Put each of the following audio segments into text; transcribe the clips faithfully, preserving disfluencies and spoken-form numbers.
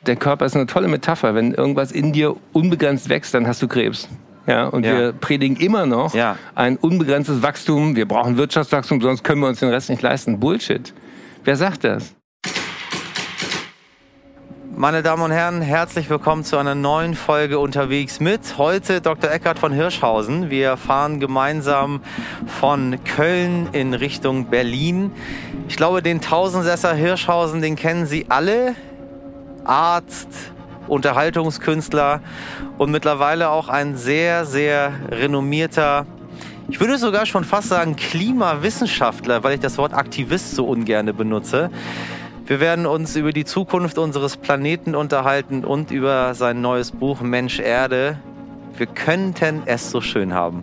der Körper ist eine tolle Metapher. Wenn irgendwas in dir unbegrenzt wächst, dann hast du Krebs. Ja, und ja. wir predigen immer noch ja. ein unbegrenztes Wachstum. Wir brauchen Wirtschaftswachstum, sonst können wir uns den Rest nicht leisten. Bullshit. Wer sagt das? Meine Damen und Herren, herzlich willkommen zu einer neuen Folge Unterwegs mit. Heute Doktor Eckhard von Hirschhausen. Wir fahren gemeinsam von Köln in Richtung Berlin. Ich glaube, den Tausendsesser Hirschhausen, den kennen Sie alle. Arzt, Unterhaltungskünstler und mittlerweile auch ein sehr, sehr renommierter, ich würde sogar schon fast sagen Klimawissenschaftler, weil ich das Wort Aktivist so ungern benutze. Wir werden uns über die Zukunft unseres Planeten unterhalten und über sein neues Buch Mensch Erde. Wir könnten es so schön haben.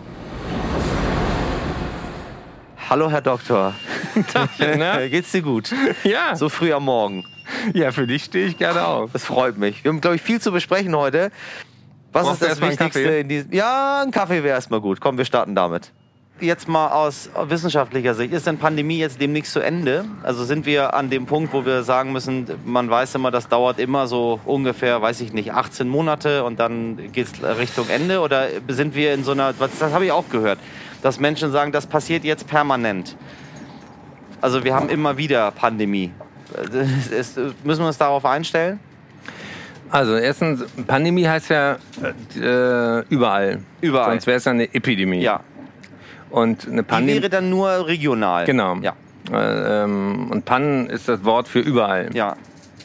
Hallo Herr Doktor. Na? Geht's dir gut? Ja. So früh am Morgen. Ja, für dich stehe ich gerne auf. Das freut mich. Wir haben, glaube ich, viel zu besprechen heute. Was Brauchst ist das Wichtigste in diesem... Ja, ein Kaffee wäre erstmal gut. Komm, wir starten damit. Jetzt mal aus wissenschaftlicher Sicht, ist denn Pandemie jetzt demnächst zu Ende? Also sind wir an dem Punkt, wo wir sagen müssen, man weiß immer, das dauert immer so ungefähr, weiß ich nicht, achtzehn Monate und dann geht es Richtung Ende? Oder sind wir in so einer, das habe ich auch gehört, dass Menschen sagen, das passiert jetzt permanent. Also wir haben immer wieder Pandemie. Ist, müssen wir uns darauf einstellen? Also erstens, Pandemie heißt ja äh, überall. Überall. Sonst wäre es ja eine Epidemie. Ja. Und eine Pandemie. Die wäre dann nur regional. Genau. Ja. Äh, ähm, und Pan ist das Wort für überall. Ja.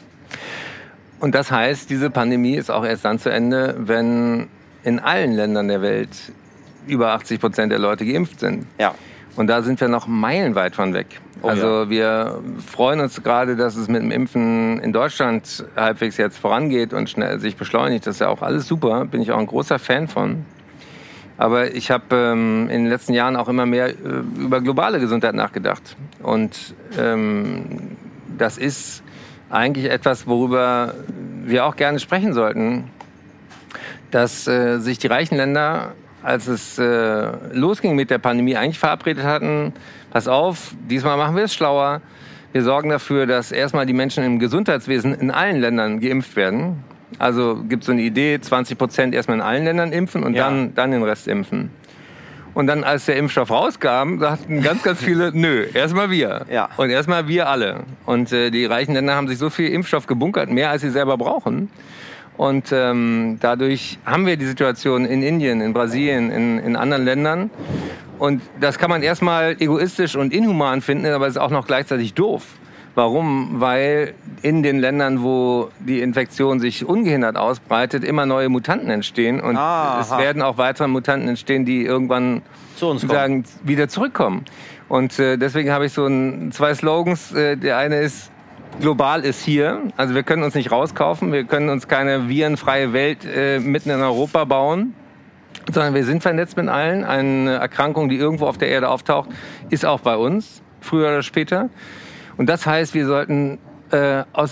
Und das heißt, diese Pandemie ist auch erst dann zu Ende, wenn in allen Ländern der Welt über achtzig Prozent der Leute geimpft sind. Ja. Und da sind wir noch meilenweit von weg. Oh, also ja. wir freuen uns gerade, dass es mit dem Impfen in Deutschland halbwegs jetzt vorangeht und schnell sich beschleunigt. Das ist ja auch alles super, bin ich auch ein großer Fan von. Aber ich habe ähm, in den letzten Jahren auch immer mehr äh, über globale Gesundheit nachgedacht. Und ähm, das ist eigentlich etwas, worüber wir auch gerne sprechen sollten, dass äh, sich die reichen Länder, als es äh, losging mit der Pandemie, eigentlich verabredet hatten, pass auf, diesmal machen wir es schlauer. Wir sorgen dafür, dass erstmal die Menschen im Gesundheitswesen in allen Ländern geimpft werden. Also gibt es so eine Idee, zwanzig Prozent erstmal in allen Ländern impfen und ja. dann, dann den Rest impfen. Und dann, als der Impfstoff rauskam, sagten ganz, ganz viele, nö, erstmal wir. Ja. Und erstmal wir alle. Und äh, die reichen Länder haben sich so viel Impfstoff gebunkert, mehr als sie selber brauchen. Und ähm, dadurch haben wir die Situation in Indien, in Brasilien, in, in anderen Ländern. Und das kann man erstmal egoistisch und inhuman finden, aber es ist auch noch gleichzeitig doof. Warum? Weil in den Ländern, wo die Infektion sich ungehindert ausbreitet, immer neue Mutanten entstehen. Und Aha. es werden auch weitere Mutanten entstehen, die irgendwann zu uns sagen, wieder zurückkommen. Und äh, deswegen habe ich so ein, zwei Slogans. Äh, der eine ist, global ist hier. Also wir können uns nicht rauskaufen. Wir können uns keine virenfreie Welt äh, mitten in Europa bauen. Sondern wir sind vernetzt mit allen. Eine Erkrankung, die irgendwo auf der Erde auftaucht, ist auch bei uns, früher oder später. Und das heißt, wir sollten äh, aus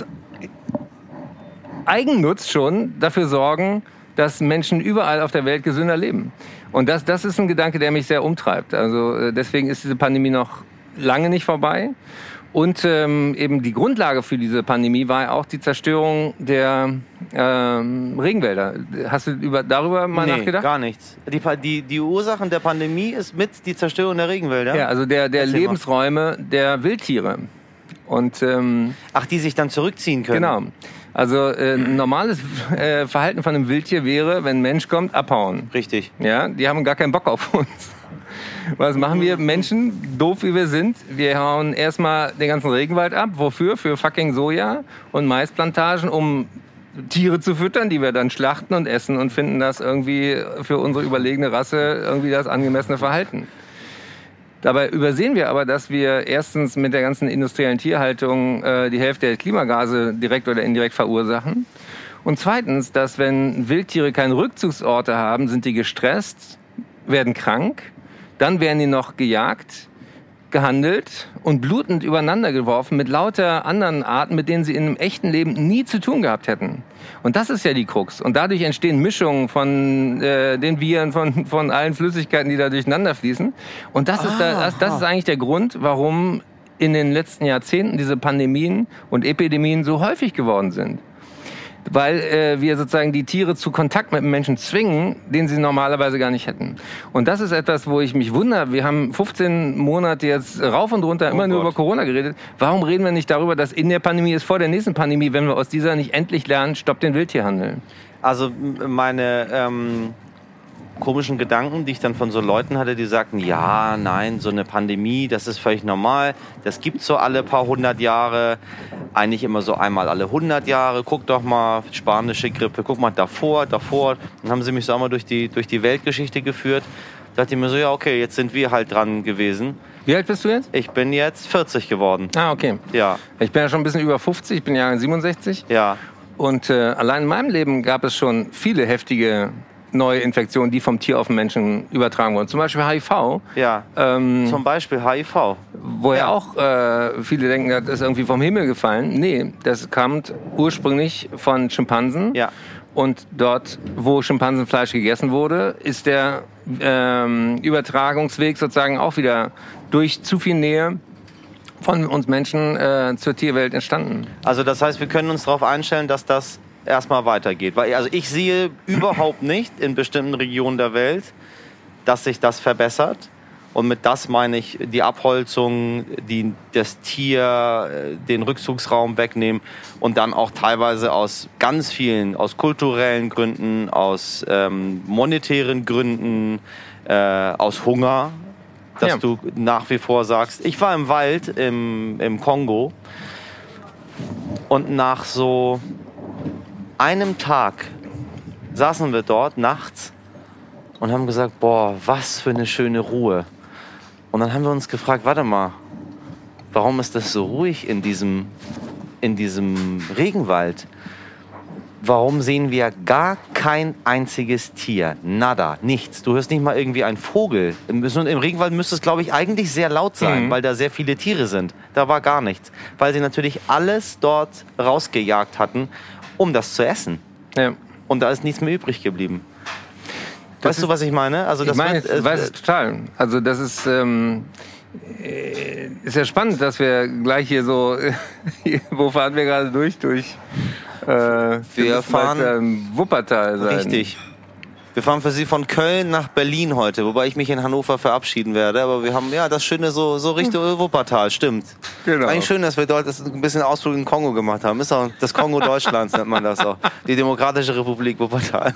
Eigennutz schon dafür sorgen, dass Menschen überall auf der Welt gesünder leben. Und das, das ist ein Gedanke, der mich sehr umtreibt. Also äh, deswegen ist diese Pandemie noch lange nicht vorbei. Und ähm, eben die Grundlage für diese Pandemie war auch die Zerstörung der ähm, Regenwälder. Hast du über, darüber mal nee, nachgedacht? Gar nichts. Die, die, die Ursachen der Pandemie ist mit die Zerstörung der Regenwälder? Ja, also der, der Lebensräume der Wildtiere. Und, ähm, Ach, die sich dann zurückziehen können? Genau. Also äh, normales äh, Verhalten von einem Wildtier wäre, wenn ein Mensch kommt, abhauen. Richtig. Ja, die haben gar keinen Bock auf uns. Was machen wir Menschen, doof wie wir sind? Wir hauen erstmal den ganzen Regenwald ab. Wofür? Für fucking Soja und Maisplantagen, um Tiere zu füttern, die wir dann schlachten und essen und finden das irgendwie für unsere überlegene Rasse irgendwie das angemessene Verhalten. Dabei übersehen wir aber, dass wir erstens mit der ganzen industriellen Tierhaltung äh, die Hälfte der Klimagase direkt oder indirekt verursachen. Und zweitens, dass wenn Wildtiere keine Rückzugsorte haben, sind die gestresst, werden krank, dann werden die noch gejagt, gehandelt und blutend übereinander geworfen mit lauter anderen Arten, mit denen sie in einem echten Leben nie zu tun gehabt hätten. Und das ist ja die Krux. Und dadurch entstehen Mischungen von äh, den Viren, von, von allen Flüssigkeiten, die da durcheinander fließen. Und das, ah, ist, da, das, das ist eigentlich der Grund, warum in den letzten Jahrzehnten diese Pandemien und Epidemien so häufig geworden sind. weil äh, wir sozusagen die Tiere zu Kontakt mit Menschen zwingen, den sie normalerweise gar nicht hätten. Und das ist etwas, wo ich mich wundere. Wir haben fünfzehn Monate jetzt rauf und runter immer oh nur Gott. über Corona geredet. Warum reden wir nicht darüber, dass in der Pandemie ist, vor der nächsten Pandemie, wenn wir aus dieser nicht endlich lernen, stoppt den Wildtierhandel? Also meine ähm, komischen Gedanken, die ich dann von so Leuten hatte, die sagten, ja, nein, so eine Pandemie, das ist völlig normal. Das gibt's so alle paar hundert Jahre. Eigentlich immer so einmal alle hundert Jahre. Guck doch mal, spanische Grippe, guck mal davor, davor. Dann haben sie mich so einmal durch die, durch die Weltgeschichte geführt. Da dachte ich mir so, ja, okay, jetzt sind wir halt dran gewesen. Wie alt bist du jetzt? Ich bin jetzt vierzig geworden. Ah, okay. Ja. Ich bin ja schon ein bisschen über fünfzig, ich bin Jahrgang siebenundsechzig. Ja. Und äh, allein in meinem Leben gab es schon viele heftige neue Infektionen, die vom Tier auf den Menschen übertragen wurden. Zum Beispiel H I V. Ja, ähm, zum Beispiel H I V. Wo ja auch äh, viele denken, das ist irgendwie vom Himmel gefallen. Nee, das kam ursprünglich von Schimpansen. Ja. Und dort, wo Schimpansenfleisch gegessen wurde, ist der ähm, Übertragungsweg sozusagen auch wieder durch zu viel Nähe von uns Menschen äh, zur Tierwelt entstanden. Also das heißt, wir können uns darauf einstellen, dass das erstmal weitergeht. Weil, also ich sehe überhaupt nicht in bestimmten Regionen der Welt, dass sich das verbessert. Und mit das meine ich die Abholzung, die das Tier, den Rückzugsraum wegnehmen und dann auch teilweise aus ganz vielen, aus kulturellen Gründen, aus ähm, monetären Gründen, äh, aus Hunger, dass ja. du nach wie vor sagst, ich war im Wald im, im Kongo und nach so einem Tag saßen wir dort nachts und haben gesagt, boah, was für eine schöne Ruhe. Und dann haben wir uns gefragt, warte mal, warum ist das so ruhig in diesem, in diesem Regenwald? Warum sehen wir gar kein einziges Tier? Nada, nichts. Du hörst nicht mal irgendwie einen Vogel. Im, im Regenwald müsste es, glaube ich, eigentlich sehr laut sein, mhm. weil da sehr viele Tiere sind. Da war gar nichts. Weil sie natürlich alles dort rausgejagt hatten, um das zu essen. Ja. Und da ist nichts mehr übrig geblieben. Das weißt ist, du, was ich meine? Also das ich meine, wird, äh, ich weiß es total. Also das ist, ähm, ist ja spannend, dass wir gleich hier so, wo fahren wir gerade durch? Durch äh, wir fahren ähm, Wuppertal sein. Richtig. Wir fahren für Sie von Köln nach Berlin heute, wobei ich mich in Hannover verabschieden werde. Aber wir haben ja das Schöne so, so Richtung Wuppertal, stimmt. Genau. Eigentlich schön, dass wir dort das ein bisschen Ausflug in den Kongo gemacht haben. Ist auch das Kongo Deutschlands, nennt man das auch. Die Demokratische Republik Wuppertal.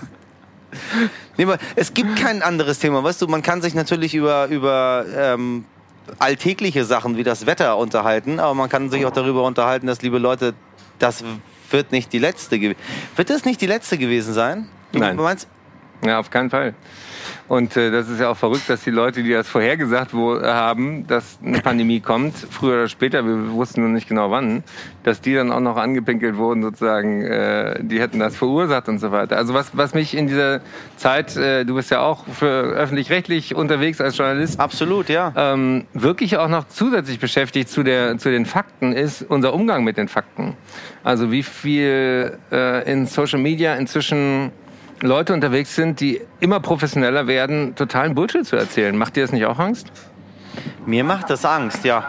Nee, es gibt kein anderes Thema. Weißt du, man kann sich natürlich über, über ähm, alltägliche Sachen wie das Wetter unterhalten, aber man kann sich auch darüber unterhalten, dass, liebe Leute, das wird nicht die letzte gewesen. Wird das nicht die letzte gewesen sein? Du Nein. meinst, ja, auf keinen Fall. Und äh, das ist ja auch verrückt, dass die Leute, die das vorhergesagt wo, haben, dass eine Pandemie kommt, früher oder später, wir wussten nur nicht genau wann, dass die dann auch noch angepinkelt wurden, sozusagen, äh, die hätten das verursacht und so weiter. Also was, was mich in dieser Zeit, äh, du bist ja auch für öffentlich-rechtlich unterwegs als Journalist. Absolut, ja. Ähm, wirklich auch noch zusätzlich beschäftigt zu, der, zu den Fakten, ist unser Umgang mit den Fakten. Also wie viel äh, in Social Media inzwischen Leute unterwegs sind, die immer professioneller werden, totalen Bullshit zu erzählen. Macht dir das nicht auch Angst? Mir macht das Angst, ja.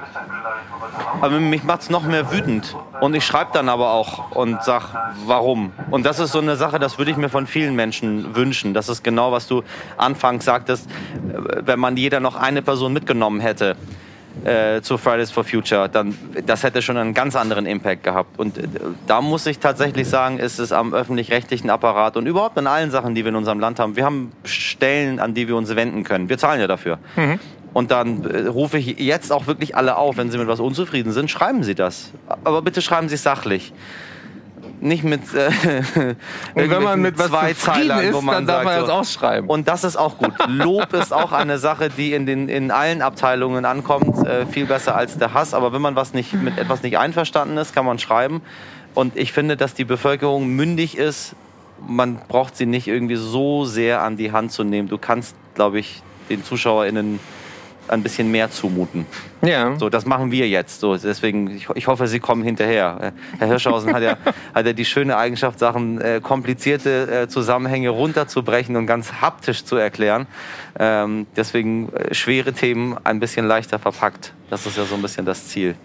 Aber mich macht es noch mehr wütend. Und ich schreibe dann aber auch und sag, warum. Und das ist so eine Sache, das würde ich mir von vielen Menschen wünschen. Das ist genau, was du anfangs sagtest, wenn man jeder noch eine Person mitgenommen hätte äh, zu Fridays for Future, dann das hätte schon einen ganz anderen Impact gehabt. Und äh, da muss ich tatsächlich sagen, ist es am öffentlich-rechtlichen Apparat und überhaupt an allen Sachen, die wir in unserem Land haben. Wir haben Stellen, an die wir uns wenden können. Wir zahlen ja dafür. Mhm. Und dann äh, rufe ich jetzt auch wirklich alle auf, wenn Sie mit was unzufrieden sind, schreiben Sie das. Aber bitte schreiben Sie es sachlich. Nicht mit äh, und wenn man mit zwei Zeilern, ist, wo man dann darf sagt, man das so. ausschreiben. Und das ist auch gut. Lob ist auch eine Sache, die in, den, in allen Abteilungen ankommt, äh, viel besser als der Hass. Aber wenn man was nicht, mit etwas nicht einverstanden ist, kann man schreiben. Und ich finde, dass die Bevölkerung mündig ist. Man braucht sie nicht irgendwie so sehr an die Hand zu nehmen. Du kannst, glaube ich, den ZuschauerInnen ein bisschen mehr zumuten. Ja. So, das machen wir jetzt. So, deswegen, ich, ich hoffe, Sie kommen hinterher. Herr Hirschhausen hat ja, hat ja die schöne Eigenschaft, Sachen, äh, komplizierte äh, Zusammenhänge runterzubrechen und ganz haptisch zu erklären. Ähm, deswegen äh, schwere Themen ein bisschen leichter verpackt. Das ist ja so ein bisschen das Ziel.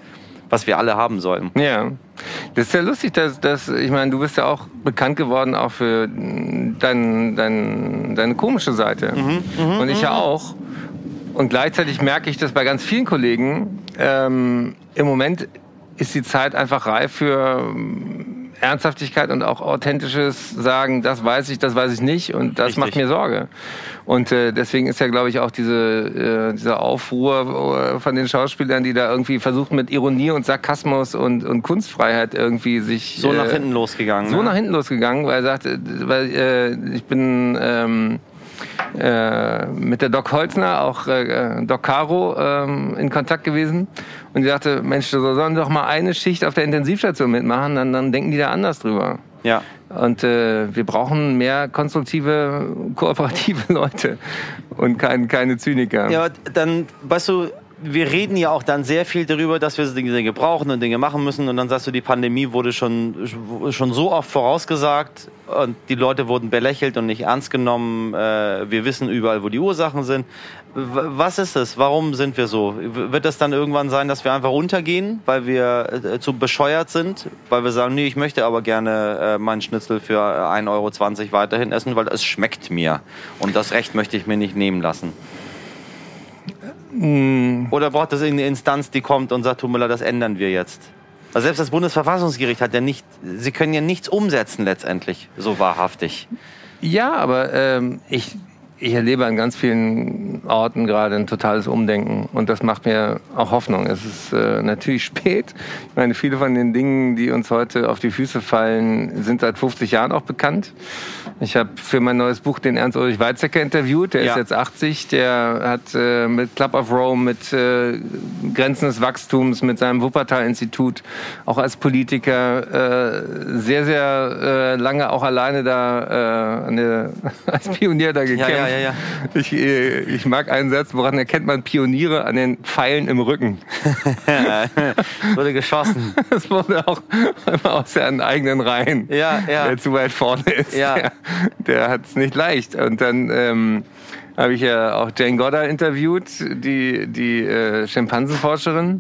was wir alle haben sollten. Ja, das ist ja lustig, dass, dass ich meine, du bist ja auch bekannt geworden auch für dein, dein, deine komische Seite. Mhm, mh, und ich ja auch. Und gleichzeitig merke ich das bei ganz vielen Kollegen. Ähm, im Moment ist die Zeit einfach reif für Ernsthaftigkeit und auch authentisches Sagen, das weiß ich, das weiß ich nicht und das Richtig. Macht mir Sorge. Und äh, deswegen ist ja, glaube ich, auch diese, äh, dieser Aufruhr von den Schauspielern, die da irgendwie versuchen mit Ironie und Sarkasmus und, und Kunstfreiheit irgendwie sich... So nach äh, hinten losgegangen. So ne? nach hinten losgegangen, weil er sagte, weil äh, ich bin... Ähm, Äh, mit der Doc Holzner, auch äh, Doc Caro, ähm, in Kontakt gewesen. Und die sagte, Mensch, so sollen doch mal eine Schicht auf der Intensivstation mitmachen, dann, dann denken die da anders drüber. Ja. Und äh, wir brauchen mehr konstruktive, kooperative Leute und kein, keine Zyniker. Ja, dann, weißt du, wir reden ja auch dann sehr viel darüber, dass wir Dinge brauchen und Dinge machen müssen. Und dann sagst du, die Pandemie wurde schon, schon so oft vorausgesagt und die Leute wurden belächelt und nicht ernst genommen. Wir wissen überall, wo die Ursachen sind. Was ist es? Warum sind wir so? Wird das dann irgendwann sein, dass wir einfach untergehen, weil wir zu bescheuert sind? Weil wir sagen, nee, ich möchte aber gerne meinen Schnitzel für ein Euro zwanzig weiterhin essen, weil es schmeckt mir. Und das Recht möchte ich mir nicht nehmen lassen. Oder braucht es irgendeine Instanz, die kommt und sagt, tut mir leid, das ändern wir jetzt? Also selbst das Bundesverfassungsgericht hat ja nicht, sie können ja nichts umsetzen letztendlich, so wahrhaftig. Ja, aber ähm, ich, ich erlebe an ganz vielen Orten gerade ein totales Umdenken und das macht mir auch Hoffnung. Es ist äh, natürlich spät. Ich meine, viele von den Dingen, die uns heute auf die Füße fallen, sind seit fünfzig Jahren auch bekannt. Ich habe für mein neues Buch den Ernst-Ulrich Weizsäcker interviewt. Der ja. ist jetzt achtzig. Der hat äh, mit Club of Rome, mit äh, Grenzen des Wachstums, mit seinem Wuppertal-Institut, auch als Politiker, äh, sehr, sehr äh, lange auch alleine da äh, eine, als Pionier da gekämpft. Ja, ja, ja, ja. Ich, äh, ich mag einen Satz, woran erkennt man Pioniere? An den Pfeilen im Rücken. Es wurde geschossen. Es wurde auch einmal aus seinen eigenen Reihen, ja, ja. der zu weit vorne ist. Ja. Der, der hat es nicht leicht. Und dann ähm, habe ich ja auch Jane Goddard interviewt, die, die äh, Schimpansenforscherin.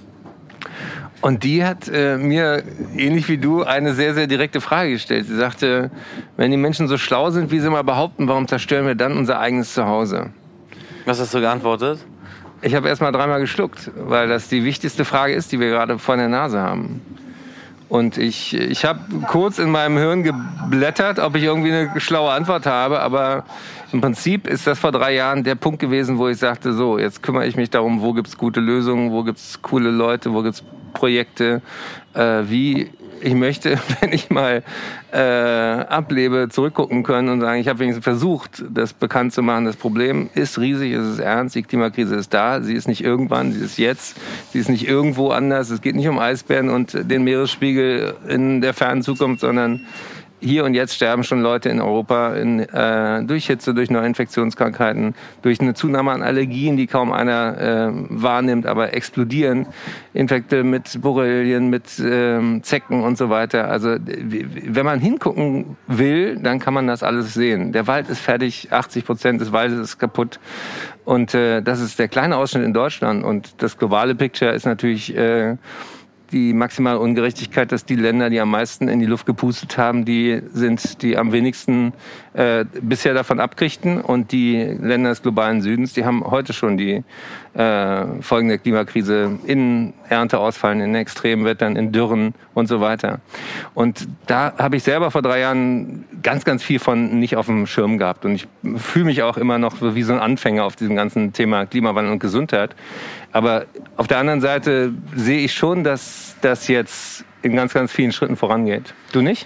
Und die hat äh, mir, ähnlich wie du, eine sehr, sehr direkte Frage gestellt. Sie sagte, wenn die Menschen so schlau sind, wie sie mal behaupten, warum zerstören wir dann unser eigenes Zuhause? Was hast du geantwortet? Ich habe erst mal dreimal geschluckt, weil das die wichtigste Frage ist, die wir gerade vor der Nase haben. Und ich, ich habe kurz in meinem Hirn geblättert, ob ich irgendwie eine schlaue Antwort habe. Aber im Prinzip ist das vor drei Jahren der Punkt gewesen, wo ich sagte, so, jetzt kümmere ich mich darum, wo gibt's gute Lösungen, wo gibt's coole Leute, wo gibt's Projekte, äh, wie ich möchte, wenn ich mal äh, ablebe, zurückgucken können und sagen, ich habe wenigstens versucht, das bekannt zu machen. Das Problem ist riesig, es ist ernst, die Klimakrise ist da, sie ist nicht irgendwann, sie ist jetzt, sie ist nicht irgendwo anders. Es geht nicht um Eisbären und den Meeresspiegel in der fernen Zukunft, sondern hier und jetzt sterben schon Leute in Europa in, äh, durch Hitze, durch neue Infektionskrankheiten, durch eine Zunahme an Allergien, die kaum einer äh, wahrnimmt, aber explodieren. Infekte mit Borrelien, mit ähm, Zecken und so weiter. Also wenn man hingucken will, dann kann man das alles sehen. Der Wald ist fertig, achtzig Prozent des Waldes ist kaputt. Und äh, das ist der kleine Ausschnitt in Deutschland. Und das globale Picture ist natürlich... Äh, die maximale Ungerechtigkeit, dass die Länder, die am meisten in die Luft gepustet haben, die sind, die am wenigsten äh, bisher davon abkriegten. Und die Länder des globalen Südens, die haben heute schon die äh, Folgen der Klimakrise in Ernteausfallen, in Extremwettern, in Dürren und so weiter. Und da habe ich selber vor drei Jahren ganz, ganz viel von nicht auf dem Schirm gehabt. Und ich fühle mich auch immer noch wie so ein Anfänger auf diesem ganzen Thema Klimawandel und Gesundheit. Aber auf der anderen Seite sehe ich schon, dass das jetzt in ganz, ganz vielen Schritten vorangeht. Du nicht?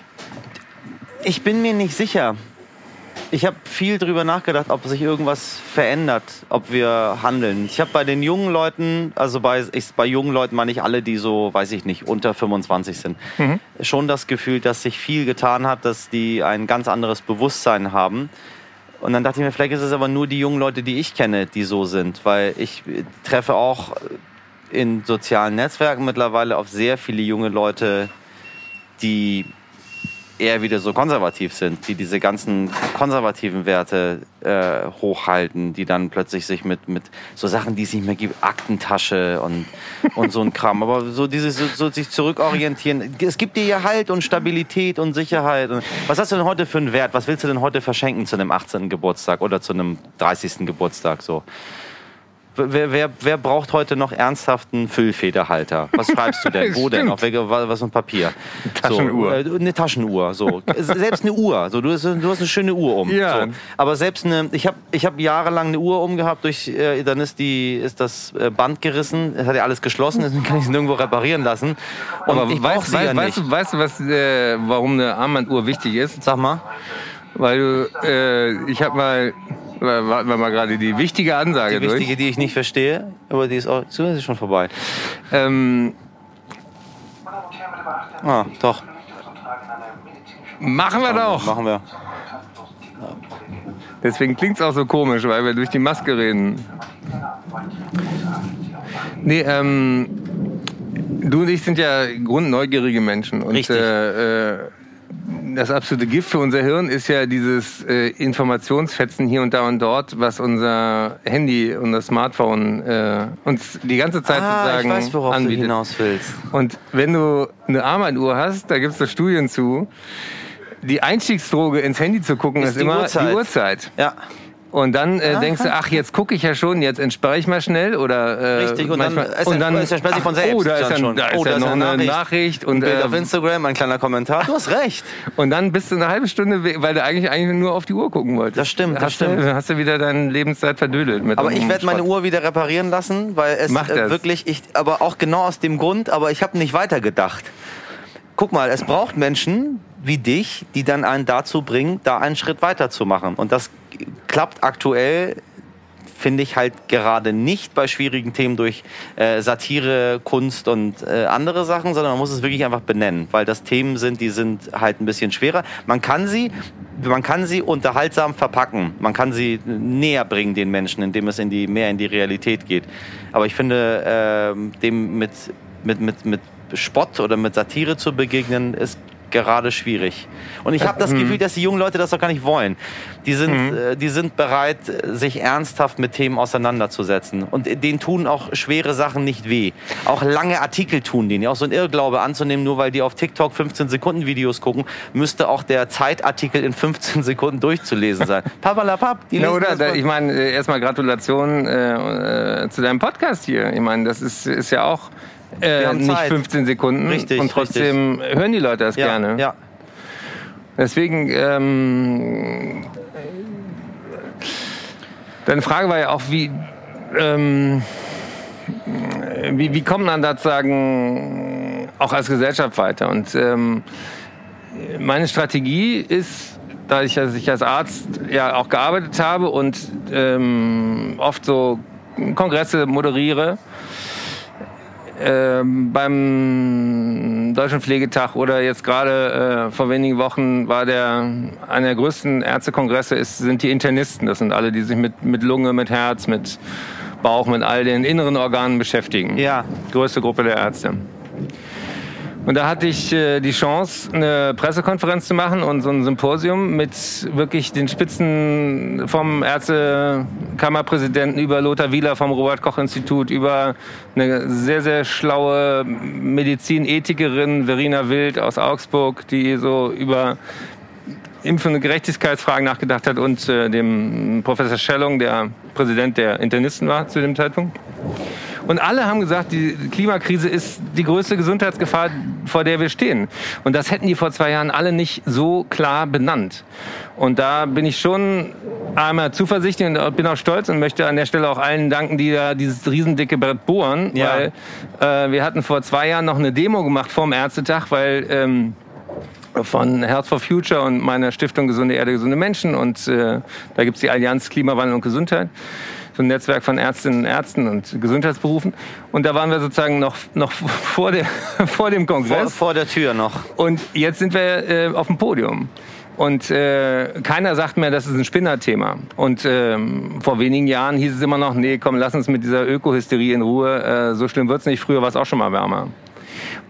Ich bin mir nicht sicher. Ich habe viel drüber nachgedacht, ob sich irgendwas verändert, ob wir handeln. Ich habe bei den jungen Leuten, also bei, ich, bei jungen Leuten meine ich alle, die so, weiß ich nicht, unter fünfundzwanzig sind, mhm. schon das Gefühl, dass sich viel getan hat, dass die ein ganz anderes Bewusstsein haben. Und dann dachte ich mir, vielleicht ist es aber nur die jungen Leute, die ich kenne, die so sind. Weil ich treffe auch in sozialen Netzwerken mittlerweile auf sehr viele junge Leute, die eher wieder so konservativ sind, die diese ganzen konservativen Werte äh, hochhalten, die dann plötzlich sich mit, mit so Sachen, die es nicht mehr gibt, Aktentasche und, und so ein Kram, aber so dieses so, so sich zurückorientieren. Es gibt dir ja Halt und Stabilität und Sicherheit. Und was hast du denn heute für einen Wert? Was willst du denn heute verschenken zu einem achtzehnten Geburtstag oder zu einem dreißigsten Geburtstag? So? Wer, wer, wer braucht heute noch ernsthaften Füllfederhalter? Was schreibst du denn? Wo denn? Auf welche, was für ein Papier? Taschenuhr. So, äh, eine Taschenuhr. So. Selbst eine Uhr. So, du, hast, du hast eine schöne Uhr um. Ja. So. Aber selbst eine, ich habe ich hab jahrelang eine Uhr umgehabt, durch, äh, dann ist, die, ist das Band gerissen, es hat ja alles geschlossen, deswegen kann ich es nirgendwo reparieren lassen. Und Aber ich weißt, sie weißt, ja weißt, nicht. du, weißt du, was, äh, warum eine Armbanduhr wichtig ist? Sag mal. Weil du, äh, ich habe mal, warten wir mal gerade die wichtige Ansage Die wichtige, durch. die ich nicht verstehe, aber die ist auch so ist schon vorbei. Ähm, Ah, doch. machen wir doch. Machen wir. Deswegen klingt es auch so komisch, weil wir durch die Maske reden. Nee, ähm, du und ich sind ja grundneugierige Menschen. Und, Richtig. Äh, äh, das absolute Gift für unser Hirn ist ja dieses äh, Informationsfetzen hier und da und dort, was unser Handy, unser Smartphone äh, uns die ganze Zeit Ah, sozusagen ich weiß, worauf anbietet. du hinaus willst. Und wenn du eine Armbanduhr hast, da gibt es so Studien zu, die Einstiegsdroge ins Handy zu gucken, ist, Ist ist die immer Uhrzeit. die Uhrzeit. Ja. Und dann äh, Aha. denkst du, ach, jetzt gucke ich ja schon, jetzt entsperre ich mal schnell. Oder, äh, Richtig, und dann, manchmal, es, und dann es ersperrt sich von selbst. oh, da ist dann ja, schon. da ist oh, ja da noch eine eine Nachricht. Und, Ein Bild äh, auf Instagram, ein kleiner Kommentar. Du hast recht. und dann bist du eine halbe Stunde, we- weil du eigentlich, eigentlich nur auf die Uhr gucken wolltest. Das stimmt, das hast stimmt. Du, hast du wieder deine Lebenszeit verdödelt. Mit Aber so ich einem werde meine Schrott. Uhr wieder reparieren lassen, weil es Mach äh, das. wirklich, ich, aber auch genau aus dem Grund, aber ich habe nicht weitergedacht. Guck mal, es braucht Menschen wie dich, die dann einen dazu bringen, da einen Schritt weiter zu machen. Und das klappt aktuell, finde ich, halt gerade nicht bei schwierigen Themen durch äh, Satire, Kunst und äh, andere Sachen, sondern man muss es wirklich einfach benennen, weil das Themen sind, die sind halt ein bisschen schwerer. Man kann sie, man kann sie unterhaltsam verpacken, man kann sie näher bringen den Menschen, indem es in die, mehr in die Realität geht. Aber ich finde, äh, dem mit, mit, mit, mit Spott oder mit Satire zu begegnen, ist gerade schwierig. Und ich habe das Mhm. Gefühl, dass die jungen Leute das doch gar nicht wollen. Die sind, Mhm. äh, die sind bereit, sich ernsthaft mit Themen auseinanderzusetzen. Und denen tun auch schwere Sachen nicht weh. Auch lange Artikel tun denen. Auch so ein Irrglaube anzunehmen, nur weil die auf TikTok fünfzehn Sekunden Videos gucken, müsste auch der Zeitartikel in fünfzehn Sekunden durchzulesen sein. Papalapap, die Na, lesen oder, das da, von- ich meine, äh, erstmal Gratulation äh, äh, zu deinem Podcast hier. Ich meine, das ist, ist ja auch Wir äh, haben nicht Zeit. fünfzehn Sekunden. Richtig, und trotzdem hören die Leute das ja, gerne. Ja. Deswegen, ähm, deine Frage war ja auch, wie, ähm, wie, wie kommt man da sozusagen auch als Gesellschaft weiter? Und ähm, meine Strategie ist, da ich, dass ich als Arzt ja auch gearbeitet habe und ähm, oft so Kongresse moderiere, Ähm, beim Deutschen Pflegetag oder jetzt gerade äh, vor wenigen Wochen war der einer der größten Ärztekongresse ist, sind die Internisten. Das sind alle, die sich mit, mit Lunge, mit Herz, mit Bauch, mit all den inneren Organen beschäftigen. Ja. Größte Gruppe der Ärzte. Und da hatte ich äh, die Chance, eine Pressekonferenz zu machen und so ein Symposium mit wirklich den Spitzen vom Ärztekammerpräsidenten über Lothar Wieler vom Robert-Koch-Institut, über eine sehr, sehr schlaue Medizinethikerin, Verena Wild aus Augsburg, die so über Impf- und Gerechtigkeitsfragen nachgedacht hat, und äh, dem Professor Schellung, der Präsident der Internisten war zu dem Zeitpunkt. Und alle haben gesagt, die Klimakrise ist die größte Gesundheitsgefahr, vor der wir stehen. Und das hätten die vor zwei Jahren alle nicht so klar benannt. Und da bin ich schon einmal zuversichtlich und bin auch stolz und möchte an der Stelle auch allen danken, die da dieses riesendicke Brett bohren. Ja. Weil äh, wir hatten vor zwei Jahren noch eine Demo gemacht vorm Ärztetag, weil ähm, von Health for Future und meiner Stiftung Gesunde Erde, gesunde Menschen. Und äh, da gibt's die Allianz Klimawandel und Gesundheit. So ein Netzwerk von Ärztinnen und Ärzten und Gesundheitsberufen. Und da waren wir sozusagen noch, noch vor, der, vor dem Kongress. Vor, vor der Tür noch. Und jetzt sind wir äh, auf dem Podium. Und äh, keiner sagt mehr, das ist ein Spinnerthema. Und ähm, vor wenigen Jahren hieß es immer noch, nee, komm, lass uns mit dieser Ökohysterie in Ruhe. Äh, so schlimm wird's nicht. Früher war es auch schon mal wärmer.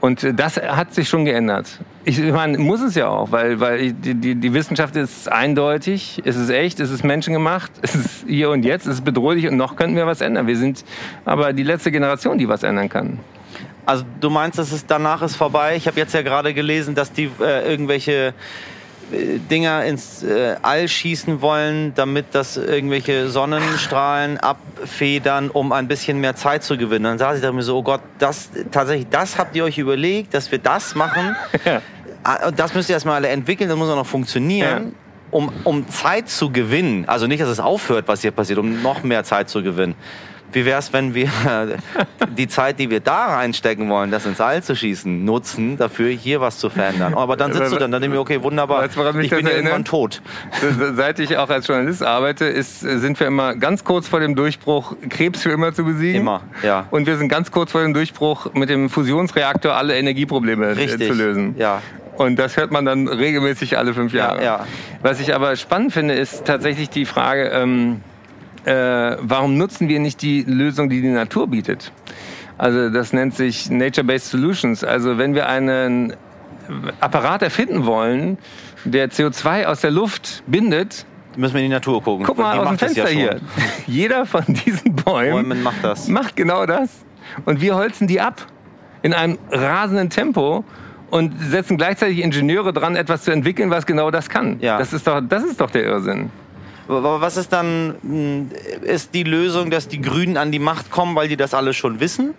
Und das hat sich schon geändert. Ich meine, muss es ja auch, weil, weil die, die, die Wissenschaft ist eindeutig, es ist echt, es ist menschengemacht, es ist hier und jetzt, es ist bedrohlich und noch könnten wir was ändern. Wir sind aber die letzte Generation, die was ändern kann. Also du meinst, dass es danach ist vorbei? Ich habe jetzt ja gerade gelesen, dass die äh, irgendwelche Dinger ins äh, All schießen wollen, damit das irgendwelche Sonnenstrahlen abfedern, um ein bisschen mehr Zeit zu gewinnen. Dann saß ich da mir so, oh Gott, das tatsächlich, das habt ihr euch überlegt, dass wir das machen? Ja. Das müsst ihr erstmal alle entwickeln, das muss auch noch funktionieren. Ja. Um, um Zeit zu gewinnen, also nicht, dass es aufhört, was hier passiert, um noch mehr Zeit zu gewinnen. Wie wäre es, wenn wir die Zeit, die wir da reinstecken wollen, das ins All zu schießen, nutzen, dafür hier was zu verändern? Aber dann sitzt du dann, dann denke ich mir, okay, wunderbar, weißt, woran mich ich bin das irgendwann erinnert? tot. Seit ich auch als Journalist arbeite, ist, sind wir immer ganz kurz vor dem Durchbruch, Krebs für immer zu besiegen. Immer, ja. Und wir sind ganz kurz vor dem Durchbruch, mit dem Fusionsreaktor alle Energieprobleme Richtig. zu lösen. Ja. Und das hört man dann regelmäßig alle fünf Jahre. Ja, ja. Was ich aber spannend finde, ist tatsächlich die Frage, ähm, Äh, warum nutzen wir nicht die Lösung, die die Natur bietet? Also das nennt sich Nature-Based Solutions. Also wenn wir einen Apparat erfinden wollen, der C O zwei aus der Luft bindet, müssen wir in die Natur gucken. Guck mal die aus dem Fenster ja hier. Jeder von diesen Bäumen Bäumen macht das. Macht genau das. Und wir holzen die ab in einem rasenden Tempo und setzen gleichzeitig Ingenieure dran, etwas zu entwickeln, was genau das kann. Ja. Das ist doch, das ist doch der Irrsinn. Aber was ist dann, ist die Lösung, dass die Grünen an die Macht kommen, weil die das alle schon wissen?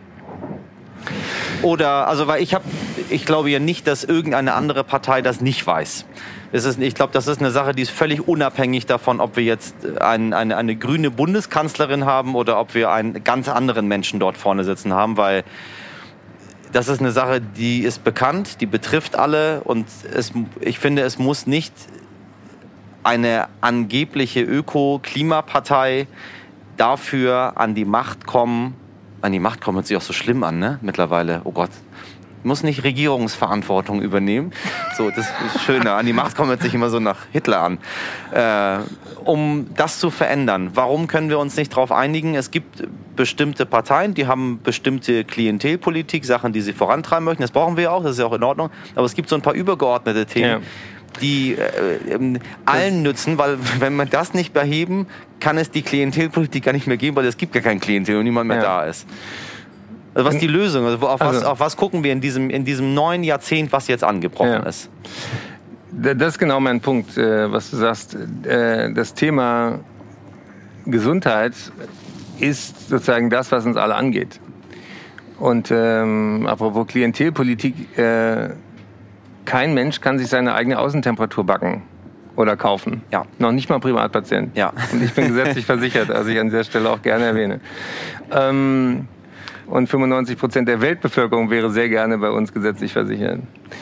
Oder, also, weil ich habe, ich glaube ja nicht, dass irgendeine andere Partei das nicht weiß. Es ist, ich glaube, das ist eine Sache, die ist völlig unabhängig davon, ob wir jetzt ein, eine, eine grüne Bundeskanzlerin haben oder ob wir einen ganz anderen Menschen dort vorne sitzen haben, weil das ist eine Sache, die ist bekannt, die betrifft alle und es, ich finde, es muss nicht eine angebliche Öko-Klimapartei dafür an die Macht kommen. An die Macht kommen hört sich auch so schlimm an, ne? Mittlerweile. Oh Gott. Muss nicht Regierungsverantwortung übernehmen. So, das ist schöner. An die Macht kommen hört sich immer so nach Hitler an. Äh, um das zu verändern. Warum können wir uns nicht darauf einigen? Es gibt bestimmte Parteien, die haben bestimmte Klientelpolitik, Sachen, die sie vorantreiben möchten. Das brauchen wir ja auch, das ist ja auch in Ordnung. Aber es gibt so ein paar übergeordnete Themen, ja, die äh, äh, allen nützen, weil wenn wir das nicht beheben, kann es die Klientelpolitik gar nicht mehr geben, weil es gibt gar kein Klientel und niemand mehr ja. da ist. Also was ist die Lösung? Also auf, was, also, auf was gucken wir in diesem, in diesem neuen Jahrzehnt, was jetzt angebrochen ja. ist? Das ist genau mein Punkt, was du sagst. Das Thema Gesundheit ist sozusagen das, was uns alle angeht. Und ähm, apropos Klientelpolitik, äh, kein Mensch kann sich seine eigene Außentemperatur backen oder kaufen. Ja. Noch nicht mal Privatpatient. Ja. Und ich bin gesetzlich versichert, also ich an dieser Stelle auch gerne erwähne. Ähm, und fünfundneunzig Prozent der Weltbevölkerung wäre sehr gerne bei uns gesetzlich versichert.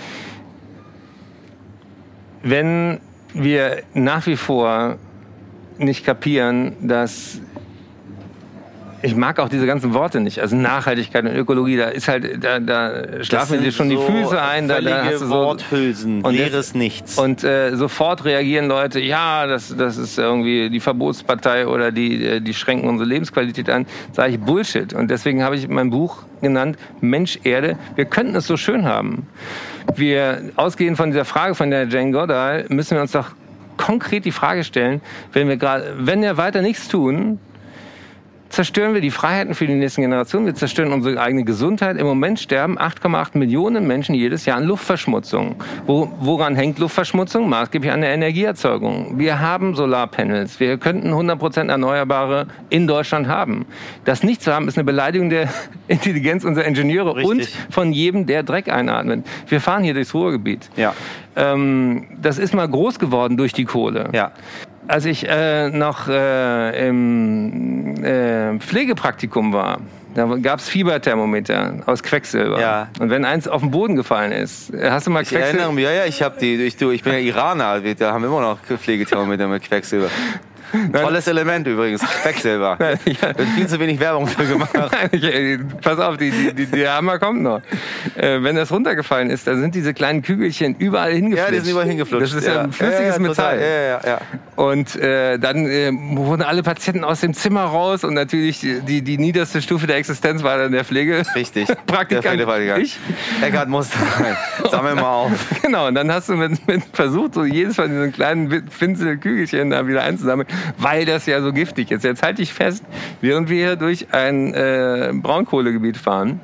Wenn wir nach wie vor nicht kapieren, dass ich mag auch diese ganzen Worte nicht. Also Nachhaltigkeit und Ökologie, da ist halt, da, da schlafen dir schon so die Füße ein. Da, da hast du so Worthülsen, und leeres Nichts. Und äh, sofort reagieren Leute, ja, das, das ist irgendwie die Verbotspartei oder die, die schränken unsere Lebensqualität an. Sage ich Bullshit. Und deswegen habe ich mein Buch genannt, Mensch, Erde, wir könnten es so schön haben. Wir, ausgehend von dieser Frage von der Jane Goodall, müssen wir uns doch konkret die Frage stellen, wenn wir gerade, wenn wir weiter nichts tun, zerstören wir die Freiheiten für die nächsten Generationen, wir zerstören unsere eigene Gesundheit. Im Moment sterben acht Komma acht Millionen Menschen jedes Jahr an Luftverschmutzung. Wo, woran hängt Luftverschmutzung? Maßgeblich an der Energieerzeugung. Wir haben Solarpanels, wir könnten hundert Prozent Erneuerbare in Deutschland haben. Das nicht zu haben, ist eine Beleidigung der Intelligenz unserer Ingenieure. Richtig. Und von jedem, der Dreck einatmet. Wir fahren hier durchs Ruhrgebiet. Ja. Ähm, das ist mal groß geworden durch die Kohle. Ja. Als ich äh, noch äh, im äh, Pflegepraktikum war, da gab es Fieberthermometer aus Quecksilber. Ja. Und wenn eins auf den Boden gefallen ist, hast du mal ich Quecksilber? Erinnere mich, ja, ja, ich habe die, ich, du, ich bin ja Iraner, wir da haben immer noch Pflegethermometer mit Quecksilber. Tolles Element übrigens, Quecksilber. Wird viel zu wenig Werbung für gemacht. Pass auf, die, die, die, der Hammer kommt noch. Äh, wenn das runtergefallen ist, dann sind diese kleinen Kügelchen überall hingeflutscht. Ja, die sind überall hingeflutscht. Das ist ja, ja ein flüssiges ja, ja, Metall. Ja, ja, ja. Und äh, dann äh, wurden alle Patienten aus dem Zimmer raus und natürlich die, die, die niederste Stufe der Existenz war dann der Pflege. Richtig. Praktikant. Der ich. Eckart muss rein. Sammel mal auf. Genau, und dann hast du mit, mit versucht, so jedes von diesen kleinen Finzelkügelchen da wieder einzusammeln, weil das ja so giftig ist. Jetzt halte ich fest, während wir hier durch ein äh, Braunkohlegebiet fahren.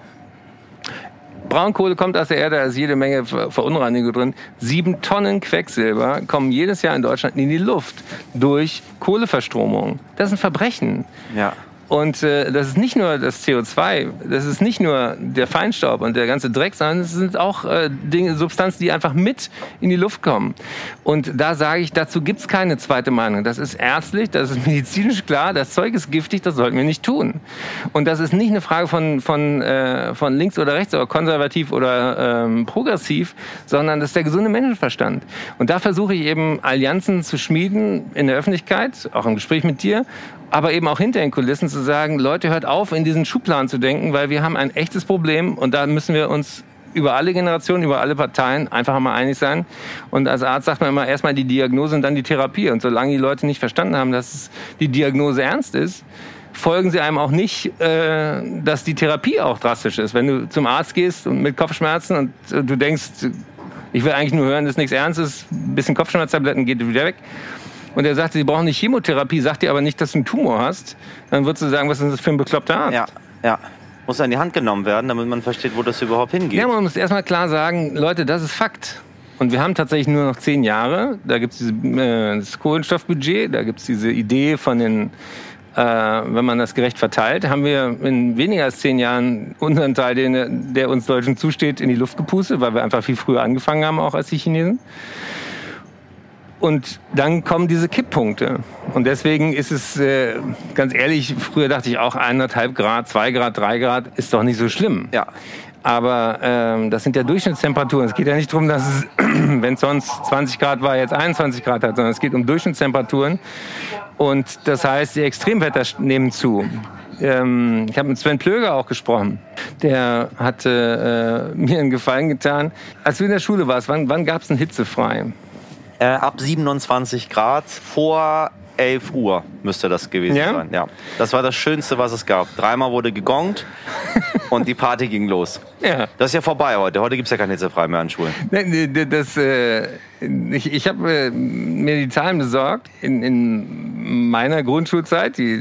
Braunkohle kommt aus der Erde, da ist jede Menge Verunreinigung drin. Sieben Tonnen Quecksilber kommen jedes Jahr in Deutschland in die Luft durch Kohleverstromung. Das ist ein Verbrechen. Ja. Und äh, das ist nicht nur das C O zwei, das ist nicht nur der Feinstaub und der ganze Dreck, sondern es sind auch äh, Dinge, Substanzen, die einfach mit in die Luft kommen. Und da sage ich, dazu gibt's keine zweite Meinung. Das ist ärztlich, das ist medizinisch klar, das Zeug ist giftig, das sollten wir nicht tun. Und das ist nicht eine Frage von, von, äh, von links oder rechts oder konservativ oder ähm, progressiv, sondern das ist der gesunde Menschenverstand. Und da versuche ich eben Allianzen zu schmieden in der Öffentlichkeit, auch im Gespräch mit dir, aber eben auch hinter den Kulissen zu sagen, Leute, hört auf, in diesen Schubladen zu denken, weil wir haben ein echtes Problem und da müssen wir uns über alle Generationen, über alle Parteien einfach mal einig sein. Und als Arzt sagt man immer erstmal die Diagnose und dann die Therapie. Und solange die Leute nicht verstanden haben, dass die Diagnose ernst ist, folgen sie einem auch nicht, äh, dass die Therapie auch drastisch ist. Wenn du zum Arzt gehst und mit Kopfschmerzen und äh, du denkst, ich will eigentlich nur hören, das ist nichts Ernstes, ein bisschen Kopfschmerztabletten, geht wieder weg. Und er sagte, sie brauchen nicht Chemotherapie, sagt dir aber nicht, dass du einen Tumor hast. Dann würdest du sagen, was ist das für ein bekloppter Arzt? Ja, ja. Muss in die Hand genommen werden, damit man versteht, wo das überhaupt hingeht. Ja, man muss erstmal klar sagen, Leute, das ist Fakt. Und wir haben tatsächlich nur noch zehn Jahre. Da gibt es äh, das Kohlenstoffbudget, da gibt es diese Idee von den, äh, wenn man das gerecht verteilt, haben wir in weniger als zehn Jahren unseren Teil, den, der uns Deutschen zusteht, in die Luft gepustet, weil wir einfach viel früher angefangen haben, auch als die Chinesen. Und dann kommen diese Kipppunkte. Und deswegen ist es, äh, ganz ehrlich, früher dachte ich auch eineinhalb Grad, zwei Grad, drei Grad ist doch nicht so schlimm. Ja. Aber ähm, das sind ja Durchschnittstemperaturen. Es geht ja nicht darum, dass es, wenn es sonst zwanzig Grad war, jetzt einundzwanzig Grad hat, sondern es geht um Durchschnittstemperaturen. Und das heißt, die Extremwetter nehmen zu. Ähm, ich habe mit Sven Plöger auch gesprochen. Der hatte äh, mir einen Gefallen getan. Als du in der Schule warst, wann, wann gab es einen hitzefrei? Äh, ab siebenundzwanzig Grad vor elf Uhr müsste das gewesen ja? sein. Ja. Das war das Schönste, was es gab. Dreimal wurde gegongt und die Party ging los. Ja. Das ist ja vorbei heute. Heute gibt es ja kein hitzefrei mehr an Schulen. Das, äh, ich ich habe äh, mir die Zahlen besorgt. In, in meiner Grundschulzeit, die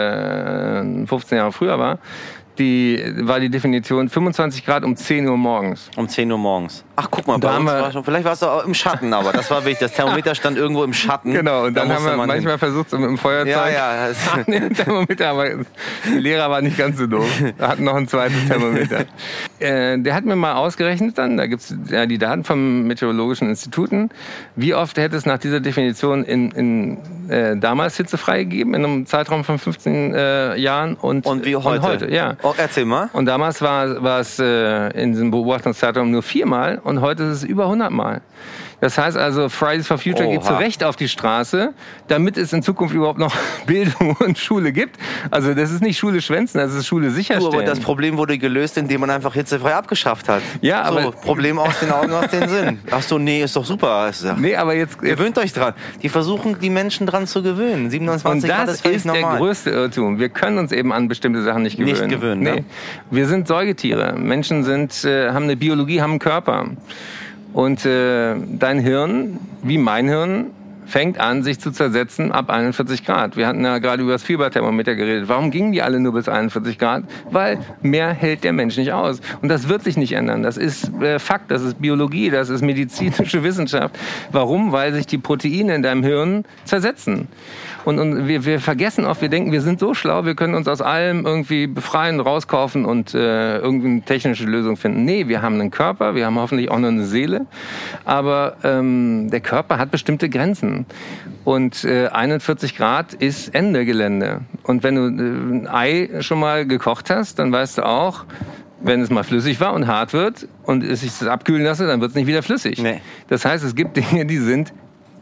äh, fünfzehn Jahre früher war, die war die Definition fünfundzwanzig Grad um zehn Uhr morgens. Um zehn Uhr morgens. Ach, guck mal, da bei uns wir, war schon, vielleicht war es auch im Schatten, aber das war wichtig. Das Thermometer stand irgendwo im Schatten. Genau, und dann da haben wir manchmal hin. versucht, so mit dem Feuerzeug. Ja, ja. An den Thermometer, aber der Lehrer war nicht ganz so doof. Er hat noch ein zweites Thermometer. äh, der hat mir mal ausgerechnet dann, da gibt's ja die Daten vom Meteorologischen Instituten, wie oft hätte es nach dieser Definition in, in äh, damals hitzefrei gegeben, in einem Zeitraum von fünfzehn äh, Jahren und, und wie heute. Und heute ja. Oh, erzähl mal. Und damals war, war es äh, in diesem Beobachtungszeitraum nur viermal und heute ist es über hundert Mal. Das heißt also, Fridays for Future Oha. geht zu Recht auf die Straße, damit es in Zukunft überhaupt noch Bildung und Schule gibt. Also das ist nicht Schule schwänzen, das ist Schule sicherstellen. Du, aber das Problem wurde gelöst, indem man einfach hitzefrei abgeschafft hat. Ja, so, aber Problem aus den Augen, aus den Sinn. Ach so, nee, ist doch super. Nee, aber jetzt, jetzt gewöhnt euch dran. Die versuchen, die Menschen dran zu gewöhnen. siebenundzwanzig Grad ist völlig normal. Und das ist der größte Irrtum. Wir können uns eben an bestimmte Sachen nicht gewöhnen. Nicht gewöhnen, nee. Ne? Wir sind Säugetiere. Menschen sind, äh, haben eine Biologie, haben einen Körper. Und äh, dein Hirn, wie mein Hirn, fängt an, sich zu zersetzen ab einundvierzig Grad. Wir hatten ja gerade über das Fieberthermometer geredet. Warum gingen die alle nur bis einundvierzig Grad? Weil mehr hält der Mensch nicht aus. Und das wird sich nicht ändern. Das ist äh, Fakt, das ist Biologie, das ist medizinische Wissenschaft. Warum? Weil sich die Proteine in deinem Hirn zersetzen. Und, und wir, wir vergessen oft, wir denken, wir sind so schlau, wir können uns aus allem irgendwie befreien, rauskaufen und äh, irgendwie eine technische Lösung finden. Nee, wir haben einen Körper, wir haben hoffentlich auch noch eine Seele, aber ähm, der Körper hat bestimmte Grenzen. Und äh, einundvierzig Grad ist Ende Gelände. Und wenn du äh, ein Ei schon mal gekocht hast, dann weißt du auch, wenn es mal flüssig war und hart wird und es sich das abkühlen lasse, dann wird es nicht wieder flüssig. Nee. Das heißt, es gibt Dinge, die sind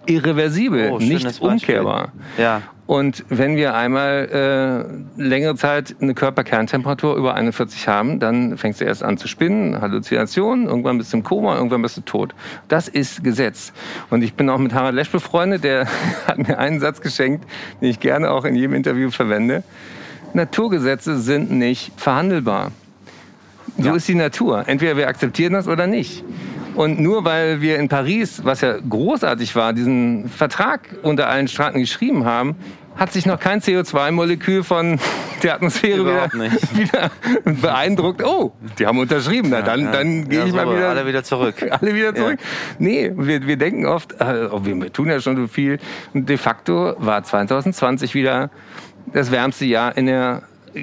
irreversibel, Oh, nicht schönes Beispiel. umkehrbar. Ja. Und wenn wir einmal äh, längere Zeit eine Körperkerntemperatur über einundvierzig haben, dann fängst du erst an zu spinnen, Halluzinationen, irgendwann bist du im Koma, irgendwann bist du tot. Das ist Gesetz. Und ich bin auch mit Harald Lesch befreundet, der hat mir einen Satz geschenkt, den ich gerne auch in jedem Interview verwende. Naturgesetze sind nicht verhandelbar. So Ja. ist die Natur. Entweder wir akzeptieren das oder nicht. Und nur weil wir in Paris, was ja großartig war, diesen Vertrag unter allen Staaten geschrieben haben, hat sich noch kein C O zwei Molekül von der Atmosphäre wieder, Überhaupt nicht. wieder beeindruckt. Oh, die haben unterschrieben. Na, dann, ja. dann gehe Ja, ich so, mal wieder. alle wieder zurück. Alle wieder zurück. Ja. Nee, wir, wir denken oft, äh, wir tun ja schon so viel. Und de facto war zwanzig zwanzig wieder das wärmste Jahr in der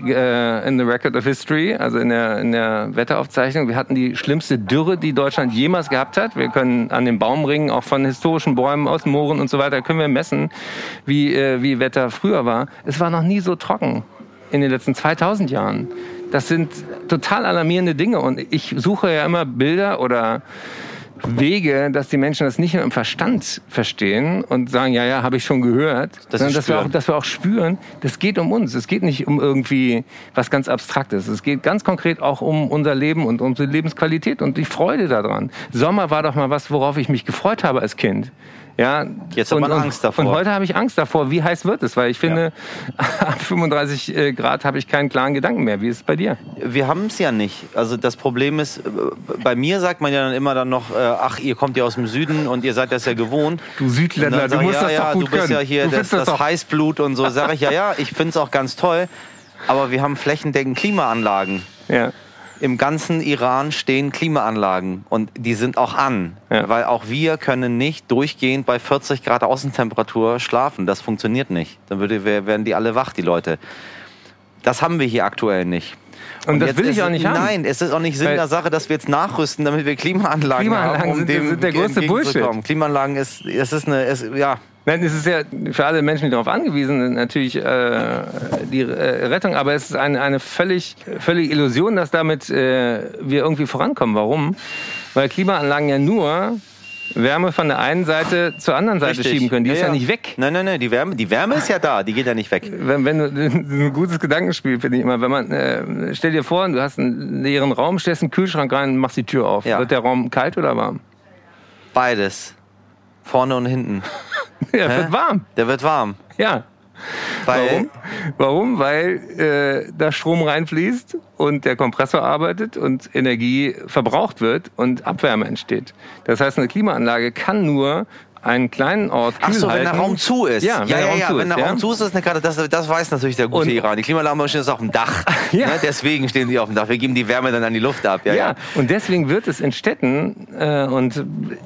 in the Record of History, also in der, in der Wetteraufzeichnung. Wir hatten die schlimmste Dürre, die Deutschland jemals gehabt hat. Wir können an den Baumringen auch von historischen Bäumen aus Mooren und so weiter, können wir messen, wie, äh, wie Wetter früher war. Es war noch nie so trocken in den letzten zweitausend Jahren. Das sind total alarmierende Dinge und ich suche ja immer Bilder oder Wege, dass die Menschen das nicht nur im Verstand verstehen und sagen, ja, ja, habe ich schon gehört, das sondern dass wir, spüren. auch, dass wir auch spüren, das geht um uns. Es geht nicht um irgendwie was ganz Abstraktes. Es geht ganz konkret auch um unser Leben und um unsere Lebensqualität und die Freude daran. Sommer war doch mal was, worauf ich mich gefreut habe als Kind. Ja, Jetzt hat und, man Angst davor. Und heute habe ich Angst davor, wie heiß wird es, weil ich finde, Ja. ab fünfunddreißig Grad habe ich keinen klaren Gedanken mehr. Wie ist es bei dir? Wir haben es ja nicht. Also das Problem ist, äh, bei mir sagt man ja dann immer dann noch, äh, ach, ihr kommt ja aus dem Süden und ihr seid das ja gewohnt. Du Südländer, Und dann du musst sag das ich, ja, doch ja, gut du bist können. ja hier Du das, findest das das doch- Heißblut und so. Sag ich, ja, ja, ich finde es auch ganz toll. Aber wir haben flächendeckend Klimaanlagen. Ja. Im ganzen Iran stehen Klimaanlagen und die sind auch an, Ja. weil auch wir können nicht durchgehend bei vierzig Grad Außentemperatur schlafen. Das funktioniert nicht. Dann würde, werden die alle wach, die Leute. Das haben wir hier aktuell nicht. Und das jetzt will ich ist- auch nicht haben. Nein, es ist auch nicht Sinn Weil- der Sache, dass wir jetzt nachrüsten, damit wir Klimaanlagen, Klimaanlagen haben, um sind- dem sind der größte entgegenzukommen. Bullshit. Klimaanlagen ist, es ist eine, es, ja, Nein, es ist ja für alle Menschen, die darauf angewiesen sind, natürlich äh, die äh, Rettung. Aber es ist eine, eine völlig, völlige Illusion, dass damit äh, wir irgendwie vorankommen. Warum? Weil Klimaanlagen ja nur Wärme von der einen Seite zur anderen Seite richtig. schieben können. Die ist ja nicht weg. Nein, nein, nein, die Wärme, die Wärme ist ja da, die geht ja nicht weg. Wenn, wenn du, das ist ein gutes Gedankenspiel, finde ich immer. Wenn man, äh, stell dir vor, du hast einen leeren Raum, stellst einen Kühlschrank rein und machst die Tür auf. Ja. Wird der Raum kalt oder warm? Beides. Vorne und hinten. Ja, Hä? wird warm. Der wird warm. Ja. Weil, Warum? Warum? Weil äh, da Strom reinfließt und der Kompressor arbeitet und Energie verbraucht wird und Abwärme entsteht. Das heißt, eine Klimaanlage kann nur einen kleinen Ort kühl Ach so, wenn halten. der Raum zu ist. Ja, wenn ja, der ja, Raum ja. zu Wenn ist, der ja. Raum zu ist, ist eine Karte, das, das weiß natürlich der gute Und- Iran. Die Klimaanlage ist auf dem Dach. Ja. Ne? Deswegen stehen die auf dem Dach. Wir geben die Wärme dann an die Luft ab. Ja, Ja, ja. und deswegen wird es in Städten äh, und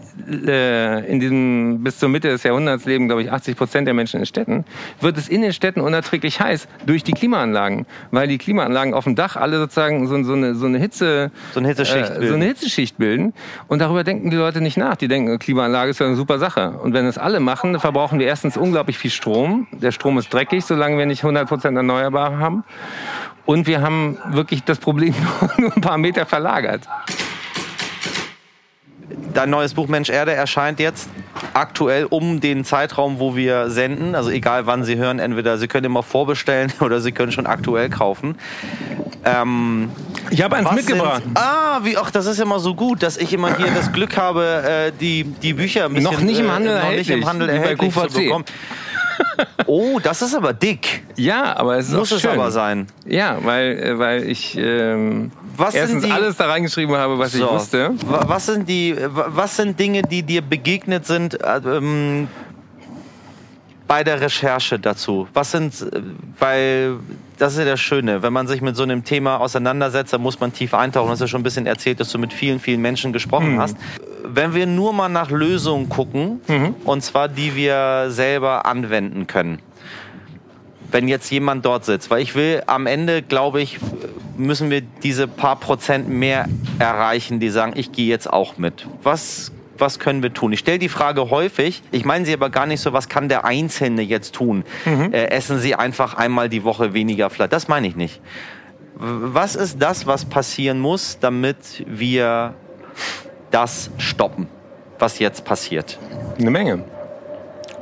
äh, in diesem bis zur Mitte des Jahrhunderts leben, glaube ich, achtzig Prozent der Menschen in Städten, wird es in den Städten unerträglich heiß durch die Klimaanlagen, weil die Klimaanlagen auf dem Dach alle sozusagen so, so, eine, so eine Hitze So eine Hitzeschicht äh, bilden. so eine Hitzeschicht bilden und darüber denken die Leute nicht nach. Die denken, Klimaanlage ist ja eine super Sache. Und wenn es alle machen, verbrauchen wir erstens unglaublich viel Strom. Der Strom ist dreckig, solange wir nicht hundert Prozent Erneuerbare haben. Und wir haben wirklich das Problem nur ein paar Meter verlagert. Dein neues Buch Mensch Erde erscheint jetzt aktuell um den Zeitraum, wo wir senden. Also egal wann Sie hören, entweder Sie können immer vorbestellen oder Sie können schon aktuell kaufen. Ähm, Ich habe eins was mitgebracht. Sind, ah, wie, ach, das ist immer so gut, dass ich immer hier das Glück habe, äh, die, die Bücher ein bisschen, Noch nicht im Handel äh, noch nicht erhältlich, im Handel wie bei erhältlich Q V zu C. bekommen. Oh, das ist aber dick. Ja, aber es ist Muss auch es schön. aber sein. Ja, weil, äh, weil ich ähm, Was sind erstens die- alles da reingeschrieben habe, was ich So. wusste. Wa- Was sind die, wa- was sind Dinge, die dir begegnet sind äh, ähm, bei der Recherche dazu? Was sind, äh, weil das ist ja das Schöne, wenn man sich mit so einem Thema auseinandersetzt, dann muss man tief eintauchen. Du hast ja schon ein bisschen erzählt, dass du mit vielen, vielen Menschen gesprochen Mhm. hast. Wenn wir nur mal nach Lösungen gucken, Mhm. und zwar die wir selber anwenden können. Wenn jetzt jemand dort sitzt, weil ich will am Ende, glaube ich, müssen wir diese paar Prozent mehr erreichen, die sagen, ich gehe jetzt auch mit. Was, was können wir tun? Ich stelle die Frage häufig, ich meine sie aber gar nicht so, was kann der Einzelne jetzt tun? Mhm. Äh, essen Sie einfach einmal die Woche weniger Fleisch? Das meine ich nicht. W- Was ist das, was passieren muss, damit wir das stoppen, was jetzt passiert? Eine Menge.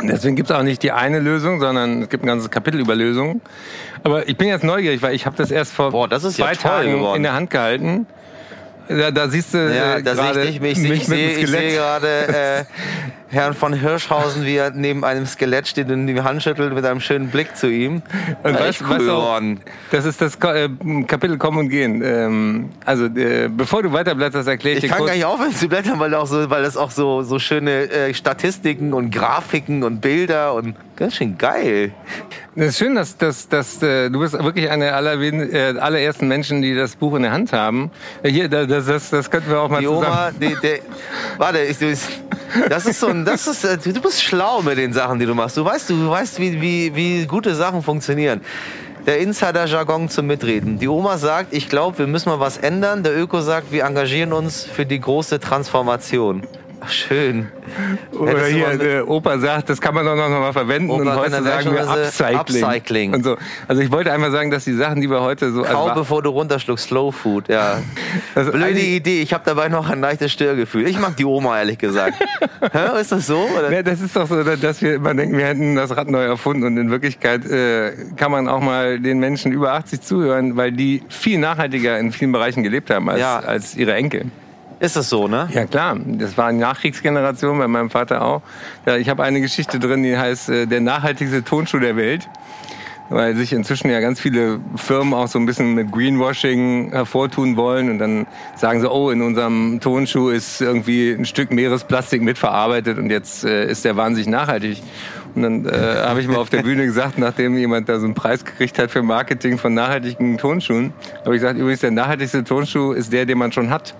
Deswegen gibt es auch nicht die eine Lösung, sondern es gibt ein ganzes Kapitel über Lösungen. Aber ich bin jetzt neugierig, weil ich habe das erst vor Boah, das ist zwei ja toll Tagen geworden. in der Hand gehalten. Da, da siehst du Ja, äh, da sehe gerade ich dich. Ich, mich ich, mit sehe, dem ich Skelett. sehe gerade äh, Herrn von Hirschhausen, wie er neben einem Skelett steht und die Hand schüttelt mit einem schönen Blick zu ihm. Und Ja, weißt, echt cool weißt du, geworden. das ist das Ko- äh, Kapitel Kommen und Gehen. Ähm, also äh, bevor du weiterblätterst, erkläre ich, Ich dir kann kurz. gar nicht aufhören zu blättern, weil auch so, weil das auch so, so schöne äh, Statistiken und Grafiken und Bilder und ganz schön geil. Das ist schön, dass, dass, dass äh, du bist wirklich einer der allerwen- äh, allerersten Menschen, die das Buch in der Hand haben. Äh, Hier, da- das, das, das könnten wir auch mal Die zusammen. Oma, die, der, warte, ich, du, das ist so ein, das ist, äh, du bist schlau mit den Sachen, die du machst. Du weißt, du weißt, wie, wie, wie gute Sachen funktionieren. Der Insider-Jargon zum Mitreden. Die Oma sagt, ich glaube, wir müssen mal was ändern. Der Öko sagt, wir engagieren uns für die große Transformation. Ach, schön. Oder Hättest du hier, mal mit- der Opa sagt, das kann man doch noch mal verwenden. Opa, und wenn heute er sagen wir Upcycling. Upcycling. Upcycling. Und so. Also ich wollte einfach sagen, dass die Sachen, die wir heute so... Kau, Also, bevor du runterschluckst, Slow Food, ja. Also Blöde eigentlich- Idee, ich habe dabei noch ein leichtes Störgefühl. Ich mag die Oma, ehrlich gesagt. Hä, ist das so? Oder? Ja, das ist doch so, dass wir immer denken, wir hätten das Rad neu erfunden. Und in Wirklichkeit äh, kann man auch mal den Menschen über achtzig zuhören, weil die viel nachhaltiger in vielen Bereichen gelebt haben als, Ja. als ihre Enkel. Ist das so, ne? Ja klar, das war eine Nachkriegsgeneration, bei meinem Vater auch. Ja, ich habe eine Geschichte drin, die heißt äh, der nachhaltigste Tonschuh der Welt. Weil sich inzwischen ja ganz viele Firmen auch so ein bisschen mit Greenwashing hervortun wollen und dann sagen sie, oh, in unserem Tonschuh ist irgendwie ein Stück Meeresplastik mitverarbeitet und jetzt äh, ist der wahnsinnig nachhaltig. Und dann äh, habe ich mal auf der Bühne gesagt, nachdem jemand da so einen Preis gekriegt hat für Marketing von nachhaltigen Tonschuhen, habe ich gesagt, übrigens der nachhaltigste Tonschuh ist der, den man schon hat.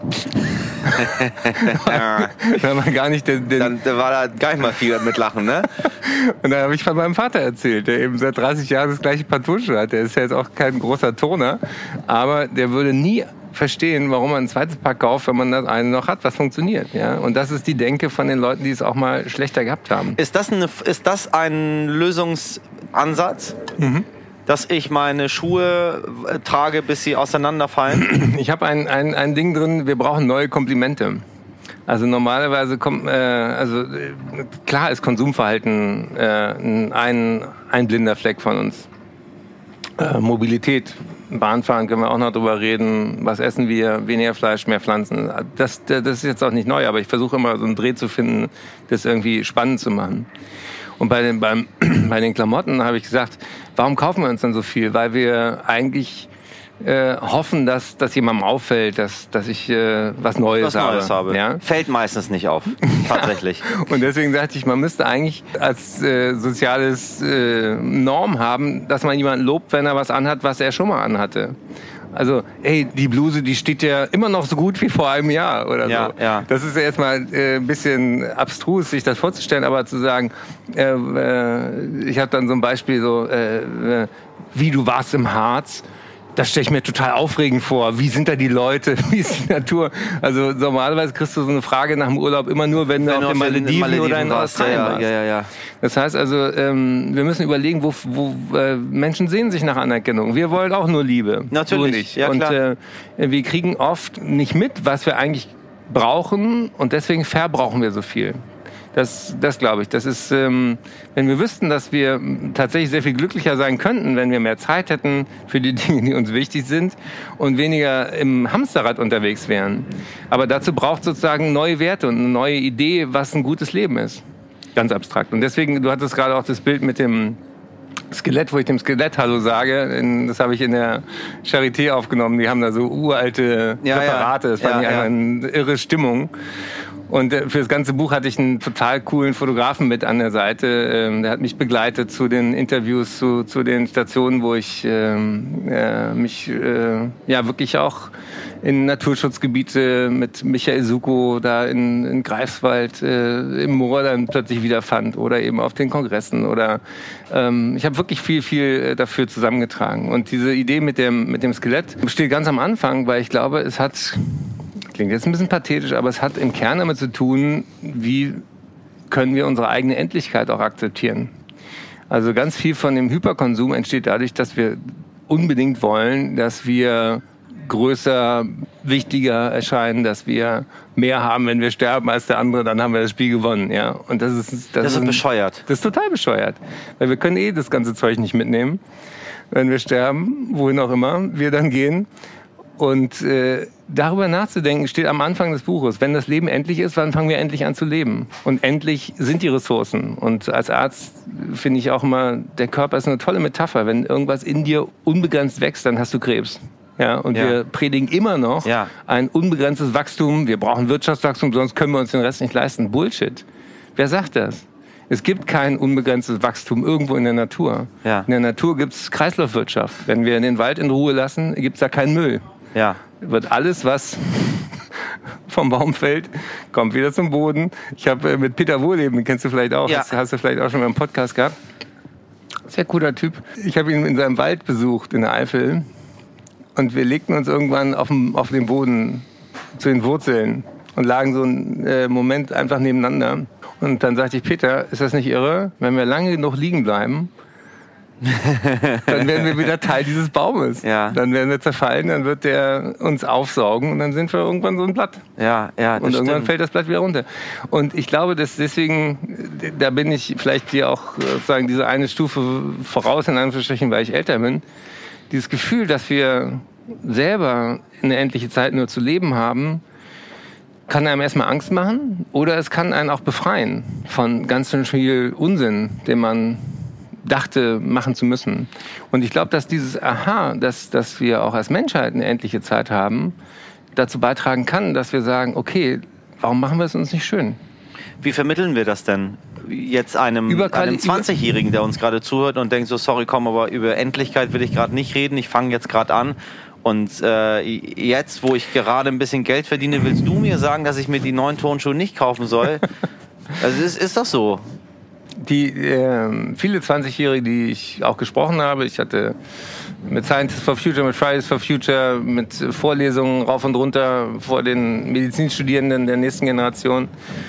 Weil man gar nicht den, den Dann da war da gar nicht mal viel mit Lachen, ne? Und da habe ich von meinem Vater erzählt, der eben seit dreißig Jahren das gleiche Paar Turnschuhe hat. Der ist ja jetzt auch kein großer Turner, aber der würde nie verstehen, warum man ein zweites Paar kauft, wenn man das eine noch hat, was funktioniert. Ja? Und das ist die Denke von den Leuten, die es auch mal schlechter gehabt haben. Ist das, eine, ist das ein Lösungsansatz? Mhm. Dass ich meine Schuhe äh, trage, bis sie auseinanderfallen? Ich habe ein, ein, ein Ding drin, wir brauchen neue Komplimente. Also normalerweise kommt, äh, also äh, klar ist Konsumverhalten äh, ein, ein blinder Fleck von uns. Äh, Mobilität, Bahnfahren können wir auch noch drüber reden. Was essen wir? Weniger Fleisch, mehr Pflanzen. Das, das ist jetzt auch nicht neu, aber ich versuche immer so einen Dreh zu finden, das irgendwie spannend zu machen. Und bei den, beim, bei den Klamotten habe ich gesagt, warum kaufen wir uns dann so viel? Weil wir eigentlich äh, hoffen, dass, dass jemandem auffällt, dass, dass ich äh, was Neues, Was Neues habe. habe. Ja? Fällt meistens nicht auf, tatsächlich. Und deswegen sagte ich, man müsste eigentlich als äh, soziales äh, Norm haben, dass man jemanden lobt, wenn er was anhat, was er schon mal anhatte. Also, ey, die Bluse, die steht ja immer noch so gut wie vor einem Jahr oder Ja, so. ja. Das ist ja erstmal äh, ein bisschen abstrus, sich das vorzustellen, aber zu sagen, äh, äh, ich habe dann so ein Beispiel so, äh, äh, wie du warst im Harz. Das stelle ich mir total aufregend vor. Wie sind da die Leute? Wie ist die Natur? Also normalerweise kriegst du so eine Frage nach dem Urlaub immer nur, wenn, Wenn du auf den Malediven, oder in warst, Australien ja, warst. ja, ja, ja. Das heißt also, ähm, wir müssen überlegen, wo, wo äh, Menschen sehen sich nach Anerkennung. Wir wollen auch nur Liebe. Natürlich, Du nicht. ja, und klar. äh, wir kriegen oft nicht mit, was wir eigentlich brauchen und deswegen verbrauchen wir so viel. Das, das glaube ich. Das ist, ähm, wenn wir wüssten, dass wir tatsächlich sehr viel glücklicher sein könnten, wenn wir mehr Zeit hätten für die Dinge, die uns wichtig sind und weniger im Hamsterrad unterwegs wären. Aber dazu braucht es sozusagen neue Werte und eine neue Idee, was ein gutes Leben ist. Ganz abstrakt. Und deswegen, du hattest gerade auch das Bild mit dem Skelett, wo ich dem Skelett Hallo sage. In, das habe ich in der Charité aufgenommen. Die haben da so uralte Ja, Präparate. Das fand ja, ich ja. eine irre Stimmung. Und äh, für das ganze Buch hatte ich einen total coolen Fotografen mit an der Seite. Ähm, der hat mich begleitet zu den Interviews, zu, zu den Stationen, wo ich ähm, äh, mich äh, ja wirklich auch in Naturschutzgebiete mit Michael Suko da in, in Greifswald äh, im Moor dann plötzlich wiederfand oder eben auf den Kongressen. Oder ähm, ich habe wirklich viel, viel dafür zusammengetragen. Und diese Idee mit dem, mit dem Skelett steht ganz am Anfang, weil ich glaube, es hat... Klingt jetzt ein bisschen pathetisch, aber es hat im Kern damit zu tun, wie können wir unsere eigene Endlichkeit auch akzeptieren. Also ganz viel von dem Hyperkonsum entsteht dadurch, dass wir unbedingt wollen, dass wir größer, wichtiger erscheinen, dass wir mehr haben, wenn wir sterben als der andere, dann haben wir das Spiel gewonnen. Ja? Und das ist, das, das ist ein, bescheuert. Das ist total bescheuert. Weil wir können eh das ganze Zeug nicht mitnehmen. Wenn wir sterben, wohin auch immer, wir dann gehen. Und äh, darüber nachzudenken, steht am Anfang des Buches. Wenn das Leben endlich ist, wann fangen wir endlich an zu leben? Und endlich sind die Ressourcen. Und als Arzt finde ich auch immer, der Körper ist eine tolle Metapher. Wenn irgendwas in dir unbegrenzt wächst, dann hast du Krebs. Ja, und ja. wir predigen immer noch ja. ein unbegrenztes Wachstum. Wir brauchen Wirtschaftswachstum, sonst können wir uns den Rest nicht leisten. Bullshit. Wer sagt das? Es gibt kein unbegrenztes Wachstum irgendwo in der Natur. Ja. In der Natur gibt es Kreislaufwirtschaft. Wenn wir den Wald in Ruhe lassen, gibt es da keinen Müll. Ja. Wird alles, was vom Baum fällt, kommt wieder zum Boden. Ich habe mit Peter Wohleben, den kennst du vielleicht auch, ja. hast, hast du vielleicht auch schon mal im Podcast gehabt. Sehr cooler Typ. Ich habe ihn in seinem Wald besucht, in der Eifel. Und wir legten uns irgendwann auf, dem, auf den Boden zu den Wurzeln und lagen so einen äh, Moment einfach nebeneinander. Und dann sagte ich, Peter, ist das nicht irre? Wenn wir lange genug liegen bleiben, dann werden wir wieder Teil dieses Baumes. Ja. Dann werden wir zerfallen, dann wird der uns aufsaugen und dann sind wir irgendwann so ein Blatt. Ja, ja, das und irgendwann stimmt. fällt das Blatt wieder runter. Und ich glaube, dass deswegen, da bin ich vielleicht dir auch sozusagen diese eine Stufe voraus, in Anführungsstrichen, weil ich älter bin. Dieses Gefühl, dass wir selber eine endliche Zeit nur zu leben haben, kann einem erstmal Angst machen oder es kann einen auch befreien von ganz schön viel Unsinn, den man dachte, machen zu müssen. Und ich glaube, dass dieses Aha, dass, dass wir auch als Menschheit eine endliche Zeit haben, dazu beitragen kann, dass wir sagen, okay, warum machen wir es uns nicht schön? Wie vermitteln wir das denn jetzt einem, einem zwanzigjährigen, der uns gerade zuhört und denkt so, sorry, komm, aber über Endlichkeit will ich gerade nicht reden, ich fange jetzt gerade an. Und äh, jetzt, wo ich gerade ein bisschen Geld verdiene, willst du mir sagen, dass ich mir die neuen Turnschuhe nicht kaufen soll? Also ist, ist das so? Die äh, viele zwanzigjährige, die ich auch gesprochen habe, ich hatte mit Scientists for Future, mit Fridays for Future, mit Vorlesungen rauf und runter vor den Medizinstudierenden der nächsten Generation,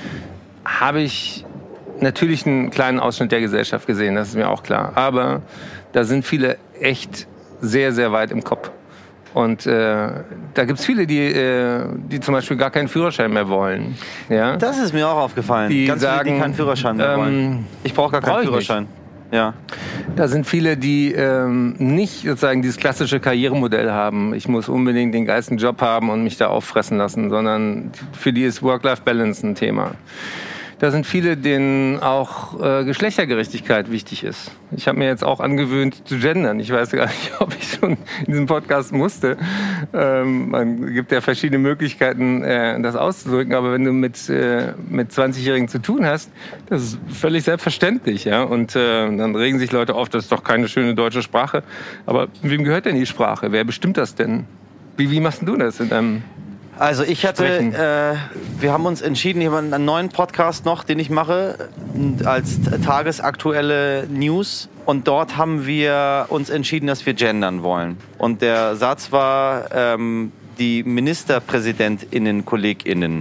habe ich natürlich einen kleinen Ausschnitt der Gesellschaft gesehen, das ist mir auch klar. Aber da sind viele echt sehr, sehr weit im Kopf. Und äh, da gibt es viele, die, äh, die zum Beispiel gar keinen Führerschein mehr wollen. Ja? Das ist mir auch aufgefallen. Die Ganz sagen, viele, die keinen Führerschein mehr ähm, wollen. Ich brauche gar keinen Führerschein. Ja. Da sind viele, die ähm, nicht sozusagen dieses klassische Karrieremodell haben. Ich muss unbedingt den geilsten Job haben und mich da auffressen lassen, sondern für die ist Work-Life-Balance ein Thema. Da sind viele, denen auch äh, Geschlechtergerechtigkeit wichtig ist. Ich habe mir jetzt auch angewöhnt zu gendern. Ich weiß gar nicht, ob ich schon in diesem Podcast musste. Ähm, man gibt ja verschiedene Möglichkeiten, äh, das auszudrücken. Aber wenn du mit, äh, mit zwanzigjährigen zu tun hast, das ist völlig selbstverständlich. Ja? Und äh, dann regen sich Leute auf, das ist doch keine schöne deutsche Sprache. Aber wem gehört denn die Sprache? Wer bestimmt das denn? Wie, wie machst du das in deinem... Also ich hatte, äh, wir haben uns entschieden, ich habe einen neuen Podcast noch, den ich mache, als tagesaktuelle News. Und dort haben wir uns entschieden, dass wir gendern wollen. Und der Satz war, ähm, die MinisterpräsidentInnen, KollegInnen.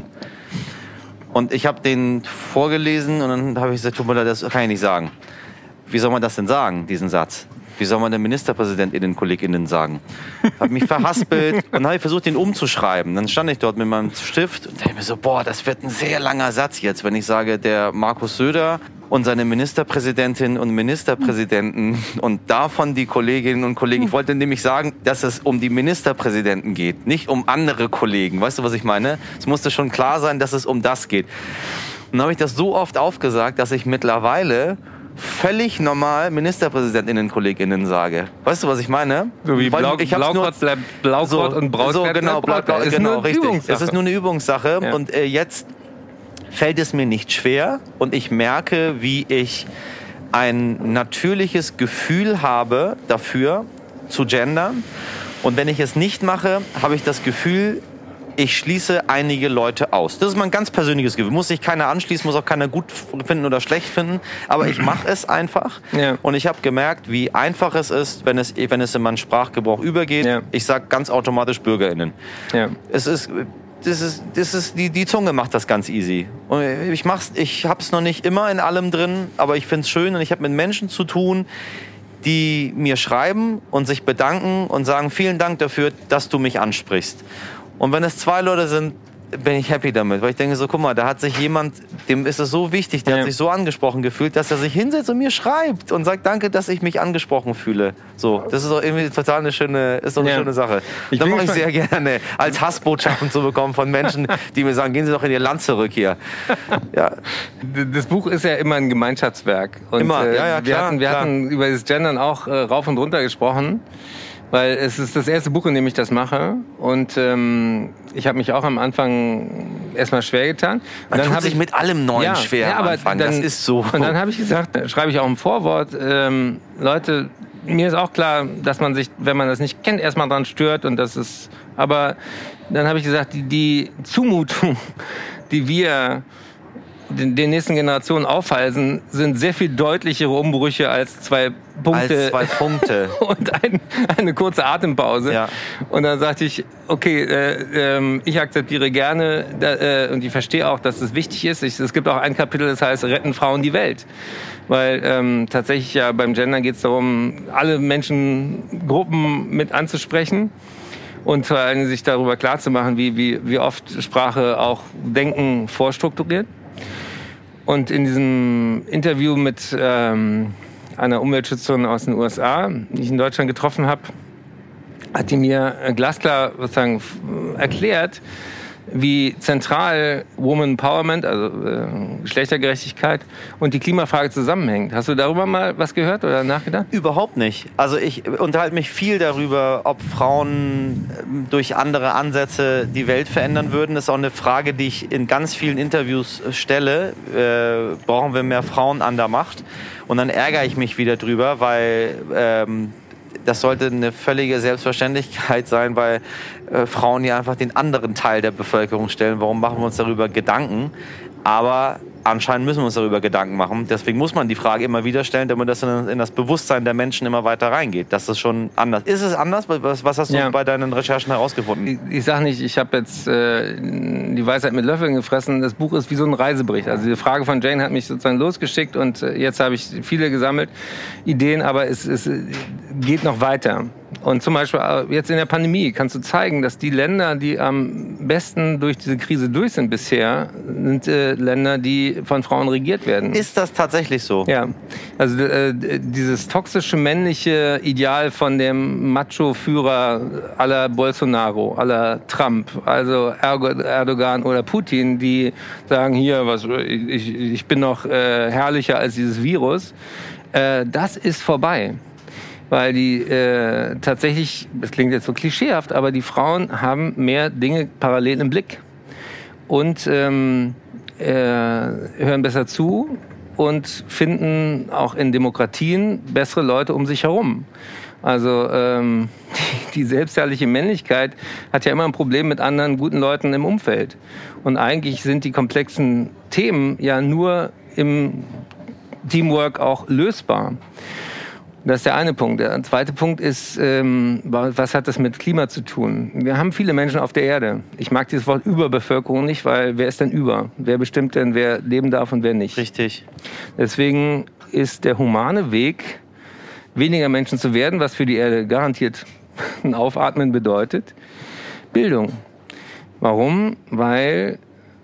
Und ich habe den vorgelesen und dann habe ich gesagt, tut mir leid, das kann ich nicht sagen. Wie soll man das denn sagen, diesen Satz? Wie soll man den MinisterpräsidentInnen, KollegInnen sagen? Habe mich verhaspelt und dann habe ich versucht, den umzuschreiben. Dann stand ich dort mit meinem Stift und dachte mir so, boah, das wird ein sehr langer Satz jetzt, wenn ich sage, der Markus Söder und seine Ministerpräsidentin und Ministerpräsidenten und davon die Kolleginnen und Kollegen. Ich wollte nämlich sagen, dass es um die Ministerpräsidenten geht, nicht um andere Kollegen. Weißt du, was ich meine? Es musste schon klar sein, dass es um das geht. Und dann habe ich das so oft aufgesagt, dass ich mittlerweile völlig normal Ministerpräsidentinnen, Kolleginnen sage. Weißt du, was ich meine? So wie Blau, Blaukott bleibt Blaukott so, und Brautkott so, genau, bleibt Blaukott, ist genau, richtig. Übungssache. Es ist nur eine Übungssache. Ja. Und äh, jetzt fällt es mir nicht schwer und ich merke, wie ich ein natürliches Gefühl habe dafür, zu gendern. Und wenn ich es nicht mache, habe ich das Gefühl, ich schließe einige Leute aus. Das ist mein ganz persönliches Gefühl. Muss sich keiner anschließen, muss auch keiner gut finden oder schlecht finden. Aber ich mache es einfach. Ja. Und ich habe gemerkt, wie einfach es ist, wenn es, wenn es in meinen Sprachgebrauch übergeht. Ja. Ich sage ganz automatisch BürgerInnen. Ja. Es ist, das ist, das ist die, die Zunge macht das ganz easy. Und ich mach's, ich habe es noch nicht immer in allem drin, aber ich finde es schön und ich habe mit Menschen zu tun, die mir schreiben und sich bedanken und sagen, vielen Dank dafür, dass du mich ansprichst. Und wenn es zwei Leute sind, bin ich happy damit, weil ich denke so, guck mal, da hat sich jemand, dem ist es so wichtig, der ja. hat sich so angesprochen gefühlt, dass er sich hinsetzt und mir schreibt und sagt, danke, dass ich mich angesprochen fühle. So, das ist doch irgendwie total eine schöne, ist doch eine ja. schöne Sache. Ich das mache ich sehr gerne, als Hassbotschaften zu bekommen von Menschen, die mir sagen, gehen Sie doch in Ihr Land zurück hier. Ja. Das Buch ist ja immer ein Gemeinschaftswerk. Und immer, ja, ja, klar. Wir hatten, wir klar. hatten über das Gendern auch äh, rauf und runter gesprochen. Weil es ist das erste Buch, in dem ich das mache. Und ähm, ich habe mich auch am Anfang erstmal schwer getan. Man dann tut sich ich, mit allem Neuen ja, schwer ja, am aber Anfang. Dann, das ist so. Und dann habe ich gesagt, da schreibe ich auch im Vorwort, ähm, Leute, mir ist auch klar, dass man sich, wenn man das nicht kennt, erstmal dran stört. Und das ist, aber dann habe ich gesagt, die, die Zumutung, die wir den, den nächsten Generationen aufhalsen, sind sehr viel deutlichere Umbrüche als zwei Punkte, als zwei Punkte. und ein, eine kurze Atempause. Ja. Und dann sagte ich, okay, äh, äh, ich akzeptiere gerne da, äh, und ich verstehe auch, dass es wichtig ist. Ich, es gibt auch ein Kapitel, das heißt, retten Frauen die Welt. Weil ähm, tatsächlich ja beim Gendern geht es darum, alle Menschengruppen mit anzusprechen. Und vor allem sich darüber klarzumachen, wie, wie, wie oft Sprache auch Denken vorstrukturiert. Und in diesem Interview mit ähm, einer Umweltschützerin aus den U S A, die ich in Deutschland getroffen habe, hat die mir glasklar sozusagen erklärt, wie zentral Woman Empowerment, also äh, Geschlechtergerechtigkeit und die Klimafrage zusammenhängt. Hast du darüber mal was gehört oder nachgedacht? Überhaupt nicht. Also ich unterhalte mich viel darüber, ob Frauen durch andere Ansätze die Welt verändern würden. Das ist auch eine Frage, die ich in ganz vielen Interviews stelle. Äh, brauchen wir mehr Frauen an der Macht? Und dann ärgere ich mich wieder drüber, weil ähm, das sollte eine völlige Selbstverständlichkeit sein, weil äh, Frauen ja einfach den anderen Teil der Bevölkerung stellen. Warum machen wir uns darüber Gedanken? Aber anscheinend müssen wir uns darüber Gedanken machen. Deswegen muss man die Frage immer wieder stellen, damit das in, in das Bewusstsein der Menschen immer weiter reingeht. Das ist schon anders. Ist es anders? Was, was hast du ja. bei deinen Recherchen herausgefunden? Ich, ich sage nicht, ich habe jetzt äh, die Weisheit mit Löffeln gefressen. Das Buch ist wie so ein Reisebericht. Also die Frage von Jane hat mich sozusagen losgeschickt und äh, jetzt habe ich viele gesammelt, Ideen, aber es, es geht noch weiter. Und zum Beispiel jetzt in der Pandemie kannst du zeigen, dass die Länder, die am besten durch diese Krise durch sind bisher, sind äh, Länder, die von Frauen regiert werden. Ist das tatsächlich so? Ja. Also äh, dieses toxische männliche Ideal von dem Macho-Führer à la Bolsonaro, à la Trump, also Erdogan oder Putin, die sagen, hier, was, ich, ich bin noch äh, herrlicher als dieses Virus, äh, das ist vorbei. Weil die äh, tatsächlich, das klingt jetzt so klischeehaft, aber die Frauen haben mehr Dinge parallel im Blick und ähm, äh, hören besser zu und finden auch in Demokratien bessere Leute um sich herum. Also ähm, die, die selbstherrliche Männlichkeit hat ja immer ein Problem mit anderen guten Leuten im Umfeld. Und eigentlich sind die komplexen Themen ja nur im Teamwork auch lösbar. Das ist der eine Punkt. Der zweite Punkt ist, ähm, was hat das mit Klima zu tun? Wir haben viele Menschen auf der Erde. Ich mag dieses Wort Überbevölkerung nicht, weil wer ist denn über? Wer bestimmt denn, wer leben darf und wer nicht? Richtig. Deswegen ist der humane Weg, weniger Menschen zu werden, was für die Erde garantiert ein Aufatmen bedeutet, Bildung. Warum? Weil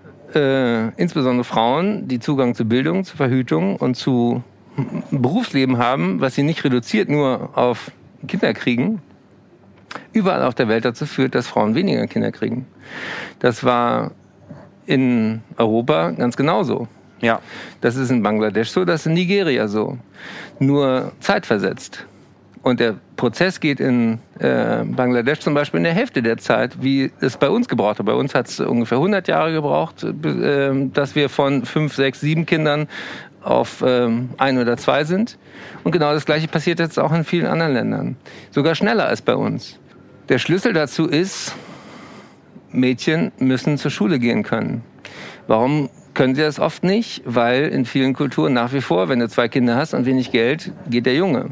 äh, insbesondere Frauen, die Zugang zu Bildung, zu Verhütung und zu ein Berufsleben haben, was sie nicht reduziert nur auf Kinder kriegen, überall auf der Welt dazu führt, dass Frauen weniger Kinder kriegen. Das war in Europa ganz genauso. Ja. Das ist in Bangladesch so, das ist in Nigeria so. Nur zeitversetzt. Und der Prozess geht in äh, Bangladesch zum Beispiel in der Hälfte der Zeit, wie es bei uns gebraucht hat. Bei uns hat es ungefähr hundert Jahre gebraucht, äh, dass wir von fünf, sechs, sieben Kindern auf ähm, ein oder zwei sind. Und genau das Gleiche passiert jetzt auch in vielen anderen Ländern. Sogar schneller als bei uns. Der Schlüssel dazu ist, Mädchen müssen zur Schule gehen können. Warum können sie das oft nicht? Weil in vielen Kulturen nach wie vor, wenn du zwei Kinder hast und wenig Geld, geht der Junge.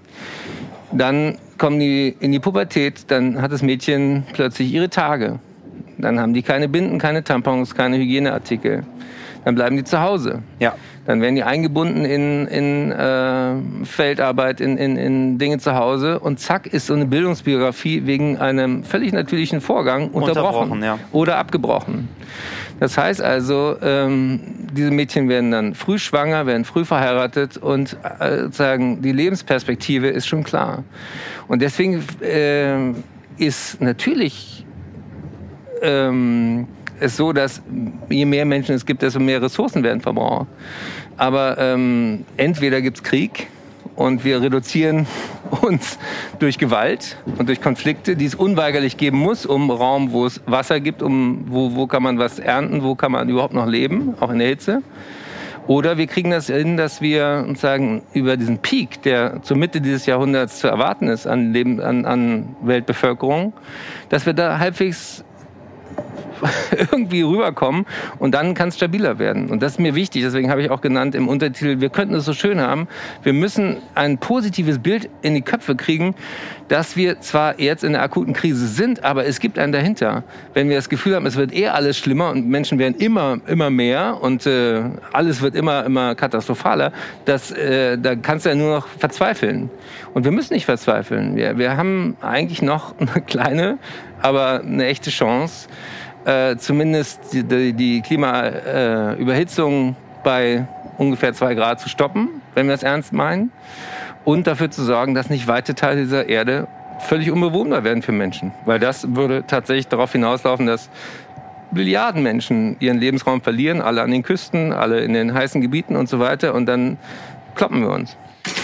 Dann kommen die in die Pubertät, dann hat das Mädchen plötzlich ihre Tage. Dann haben die keine Binden, keine Tampons, keine Hygieneartikel. dann bleiben die zu Hause. Ja. Dann werden die eingebunden in, in äh, Feldarbeit, in, in, in Dinge zu Hause und zack ist so eine Bildungsbiografie wegen einem völlig natürlichen Vorgang unterbrochen, unterbrochen ja. oder abgebrochen. Das heißt also, ähm, diese Mädchen werden dann früh schwanger, werden früh verheiratet und äh, sozusagen die Lebensperspektive ist schon klar. Und deswegen äh, ist natürlich ähm, es so, dass je mehr Menschen es gibt, desto mehr Ressourcen werden verbraucht. Aber ähm, entweder gibt es Krieg und wir reduzieren uns durch Gewalt und durch Konflikte, die es unweigerlich geben muss, um Raum, wo es Wasser gibt, um wo, wo kann man was ernten, wo kann man überhaupt noch leben, auch in der Hitze. Oder wir kriegen das hin, dass wir uns sagen, über diesen Peak, der zur Mitte dieses Jahrhunderts zu erwarten ist an, Leben, an, an Weltbevölkerung, dass wir da halbwegs irgendwie rüberkommen und dann kann es stabiler werden. Und das ist mir wichtig, deswegen habe ich auch genannt im Untertitel, wir könnten es so schön haben, wir müssen ein positives Bild in die Köpfe kriegen, dass wir zwar jetzt in der akuten Krise sind, aber es gibt einen dahinter. Wenn wir das Gefühl haben, es wird eher alles schlimmer und Menschen werden immer, immer mehr und äh, alles wird immer, immer katastrophaler, das, äh, da kannst du ja nur noch verzweifeln. Und wir müssen nicht verzweifeln. Wir, wir haben eigentlich noch eine kleine, aber eine echte Chance, Äh, zumindest die, die Klimaüberhitzung äh, bei ungefähr zwei Grad zu stoppen, wenn wir es ernst meinen. Und dafür zu sorgen, dass nicht weite Teile dieser Erde völlig unbewohnbar werden für Menschen. Weil das würde tatsächlich darauf hinauslaufen, dass Milliarden Menschen ihren Lebensraum verlieren, alle an den Küsten, alle in den heißen Gebieten und so weiter. Und dann kloppen wir uns.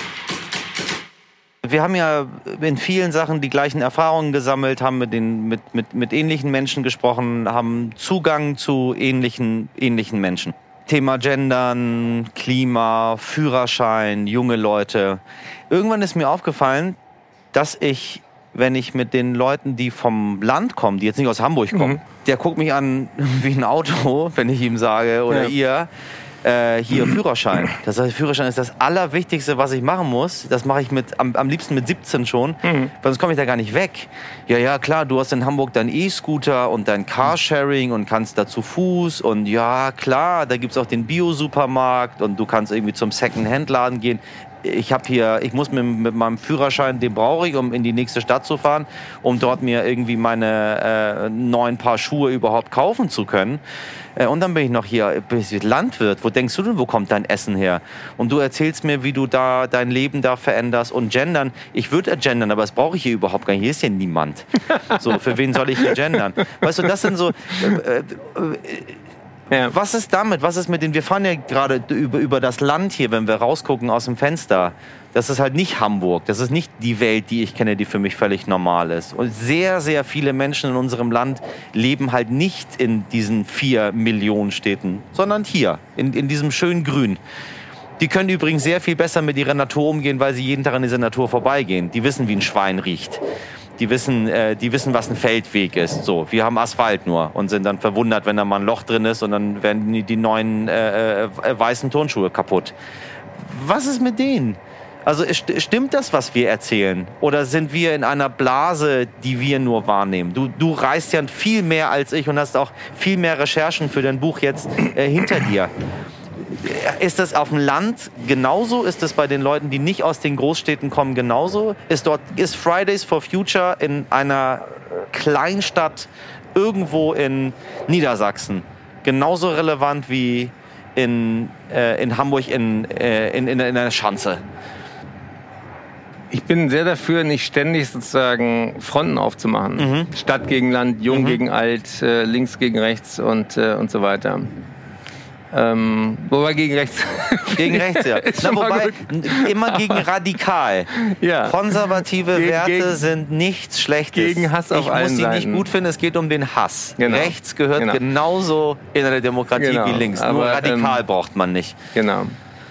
Wir haben ja in vielen Sachen die gleichen Erfahrungen gesammelt, haben mit, den, mit, mit, mit ähnlichen Menschen gesprochen, haben Zugang zu ähnlichen, ähnlichen Menschen. Thema Gendern, Klima, Führerschein, junge Leute. Irgendwann ist mir aufgefallen, dass ich, wenn ich mit den Leuten, die vom Land kommen, die jetzt nicht aus Hamburg kommen, mhm. der guckt mich an wie ein Auto, wenn ich ihm sage, oder ja. ihr, Äh, hier Führerschein. Das heißt, Führerschein ist das Allerwichtigste, was ich machen muss. Das mache ich mit, am, am liebsten mit siebzehn schon, mhm. sonst komme ich da gar nicht weg. Ja, ja, klar, du hast in Hamburg deinen E-Scooter und dein Carsharing und kannst da zu Fuß und ja, klar, da gibt's auch den Bio-Supermarkt und du kannst irgendwie zum Second-Hand-Laden gehen. Ich habe hier, ich muss mit, mit meinem Führerschein, den brauche ich, um in die nächste Stadt zu fahren, um dort mir irgendwie meine äh, neuen Paar Schuhe überhaupt kaufen zu können. Äh, und dann bin ich noch hier, bin ich Landwirt. Wo denkst du denn, wo kommt dein Essen her? Und du erzählst mir, wie du da dein Leben da veränderst und gendern. Ich würde gendern, aber das brauche ich hier überhaupt gar nicht. Hier ist hier niemand. So, für wen soll ich hier gendern? Weißt du, das sind so... Äh, äh, Ja. Was ist damit? Was ist mit den? Wir fahren ja gerade über, über das Land hier, wenn wir rausgucken aus dem Fenster. Das ist halt nicht Hamburg. Das ist nicht die Welt, die ich kenne, die für mich völlig normal ist. Und sehr, sehr viele Menschen in unserem Land leben halt nicht in diesen vier Millionen Städten, sondern hier, in, in diesem schönen Grün. Die können übrigens sehr viel besser mit ihrer Natur umgehen, weil sie jeden Tag an dieser Natur vorbeigehen. Die wissen, wie ein Schwein riecht. Die wissen, äh, die wissen, was ein Feldweg ist. So, wir haben Asphalt nur und sind dann verwundert, wenn da mal ein Loch drin ist und dann werden die, die neuen äh, äh, weißen Turnschuhe kaputt. Was ist mit denen? Also st- stimmt das, was wir erzählen? Oder sind wir in einer Blase, die wir nur wahrnehmen? Du, du reist ja viel mehr als ich und hast auch viel mehr Recherchen für dein Buch jetzt äh, hinter dir. Ist das auf dem Land genauso? Ist das bei den Leuten, die nicht aus den Großstädten kommen, genauso? Ist dort ist Fridays for Future in einer Kleinstadt irgendwo in Niedersachsen genauso relevant wie in, äh, in Hamburg in, äh, in, in, in einer Schanze? Ich bin sehr dafür, nicht ständig sozusagen Fronten aufzumachen. Mhm. Stadt gegen Land, Jung mhm. gegen Alt, äh, links gegen rechts und, äh, und so weiter. Ähm, wobei gegen rechts. Gegen rechts, ja. Na, wobei immer gegen radikal. Ja. Konservative gegen, Werte gegen, sind nichts Schlechtes. Gegen Hass auf ich allen muss sie Seiten. nicht gut finden, es geht um den Hass. Genau. Rechts gehört genau. genauso in einer Demokratie genau. wie links. Aber, nur radikal ähm, braucht man nicht. Genau.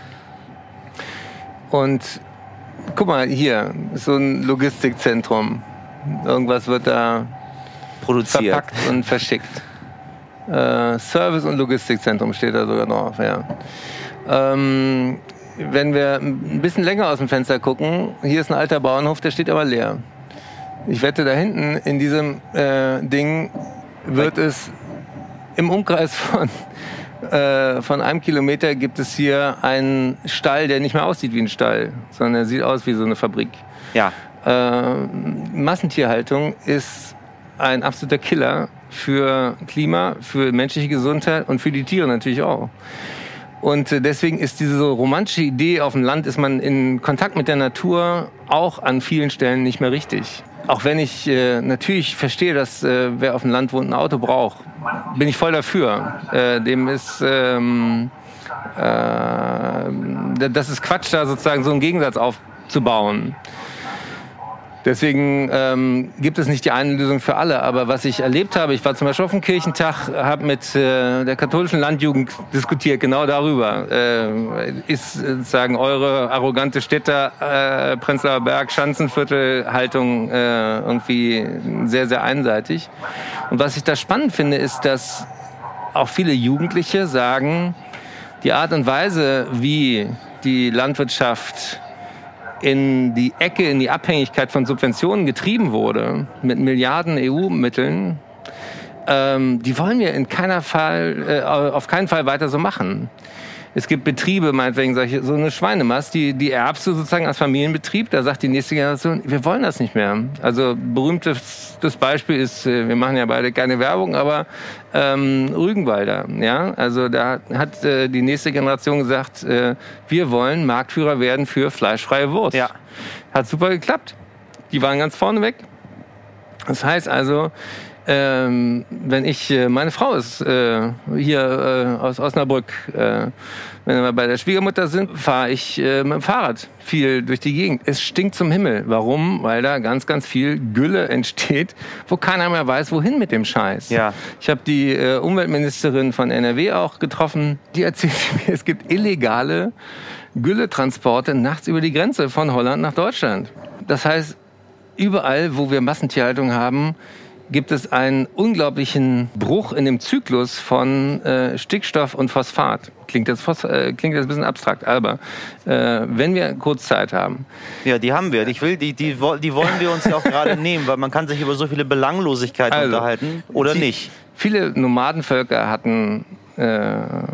Und guck mal, hier, so ein Logistikzentrum. Irgendwas wird da produziert verpackt und verschickt. Äh, Service- und Logistikzentrum steht da sogar drauf, ja. Ähm, wenn wir ein bisschen länger aus dem Fenster gucken, hier ist ein alter Bauernhof, der steht aber leer. Ich wette, da hinten in diesem äh, Ding wird es im Umkreis von äh, von einem Kilometer gibt es hier einen Stall, der nicht mehr aussieht wie ein Stall, sondern er sieht aus wie so eine Fabrik. Ja. Äh, Massentierhaltung ist ein absoluter Killer für Klima, für menschliche Gesundheit und für die Tiere natürlich auch. Und deswegen ist diese so romantische Idee, auf dem Land ist man in Kontakt mit der Natur auch an vielen Stellen nicht mehr richtig. Auch wenn ich äh, natürlich verstehe, dass äh, wer auf dem Land wohnt ein Auto braucht, bin ich voll dafür. Äh, dem ist ähm, äh, das ist Quatsch, da sozusagen so einen Gegensatz aufzubauen. Deswegen ähm, gibt es nicht die eine Lösung für alle. Aber was ich erlebt habe, ich war zum Beispiel auf dem Kirchentag, habe mit äh, der katholischen Landjugend diskutiert, genau darüber. Äh, ist sozusagen eure arrogante Städter, äh, Prenzlauer Berg, Schanzenviertel-Haltung äh, irgendwie sehr, sehr einseitig. Und was ich da spannend finde, ist, dass auch viele Jugendliche sagen, die Art und Weise, wie die Landwirtschaft in die Ecke, in die Abhängigkeit von Subventionen getrieben wurde, mit Milliarden E U-Mitteln, ähm, die wollen wir in keiner Fall, äh, auf keinen Fall weiter so machen. Es gibt Betriebe, meinetwegen solche, so eine Schweinemast, die, die erbst du sozusagen als Familienbetrieb, da sagt die nächste Generation, wir wollen das nicht mehr. Also berühmtes das Beispiel ist, wir machen ja beide keine Werbung, aber ähm, Rügenwalder, ja, also da hat äh, die nächste Generation gesagt, äh, wir wollen Marktführer werden für fleischfreie Wurst. Ja. Hat super geklappt. Die waren ganz vorne weg. Das heißt also, Ähm, wenn ich, äh, meine Frau ist äh, hier äh, aus Osnabrück, äh, wenn wir bei der Schwiegermutter sind, fahre ich äh, mit dem Fahrrad viel durch die Gegend. Es stinkt zum Himmel. Warum? Weil da ganz, ganz viel Gülle entsteht, wo keiner mehr weiß, wohin mit dem Scheiß. Ja. Ich habe die äh, Umweltministerin von N R W auch getroffen. Die erzählt mir, es gibt illegale Gülletransporte nachts über die Grenze von Holland nach Deutschland. Das heißt, überall, wo wir Massentierhaltung haben, gibt es einen unglaublichen Bruch in dem Zyklus von äh, Stickstoff und Phosphat. Klingt jetzt, Phos- äh, klingt jetzt ein bisschen abstrakt, aber äh, wenn wir kurz Zeit haben. Ja, die haben wir. Ich will, die, die, die wollen wir uns ja auch gerade nehmen, weil man kann sich über so viele Belanglosigkeiten also, unterhalten oder die, nicht. Viele Nomadenvölker hatten äh,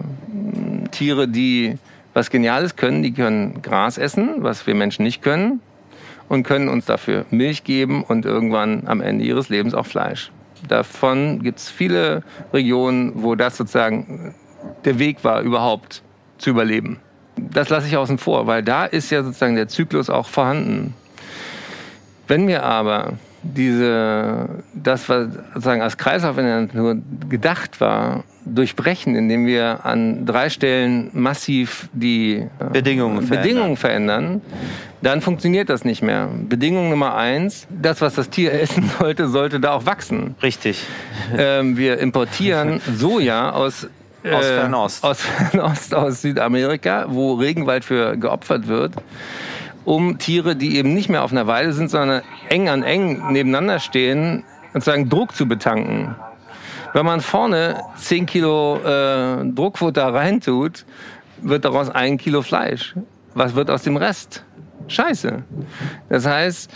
Tiere, die was Geniales können. Die können Gras essen, was wir Menschen nicht können. Und können uns dafür Milch geben und irgendwann am Ende ihres Lebens auch Fleisch. Davon gibt es viele Regionen, wo das sozusagen der Weg war, überhaupt zu überleben. Das lasse ich außen vor, weil da ist ja sozusagen der Zyklus auch vorhanden. Wenn wir aber diese, das, was sozusagen als Kreislauf in der Natur gedacht war, durchbrechen, indem wir an drei Stellen massiv die Bedingungen, Bedingungen verändern. verändern, dann funktioniert das nicht mehr. Bedingung Nummer eins, das, was das Tier essen sollte, sollte da auch wachsen. Richtig. Ähm, wir importieren Soja aus äh, Aus Fernost. Aus Fernost, aus Südamerika, wo Regenwald für geopfert wird, um Tiere, die eben nicht mehr auf einer Weide sind, sondern eng an eng nebeneinander stehen, sozusagen Druck zu betanken. Wenn man vorne zehn Kilo äh, Druckfutter reintut, wird daraus ein Kilo Fleisch. Was wird aus dem Rest? Scheiße. Das heißt,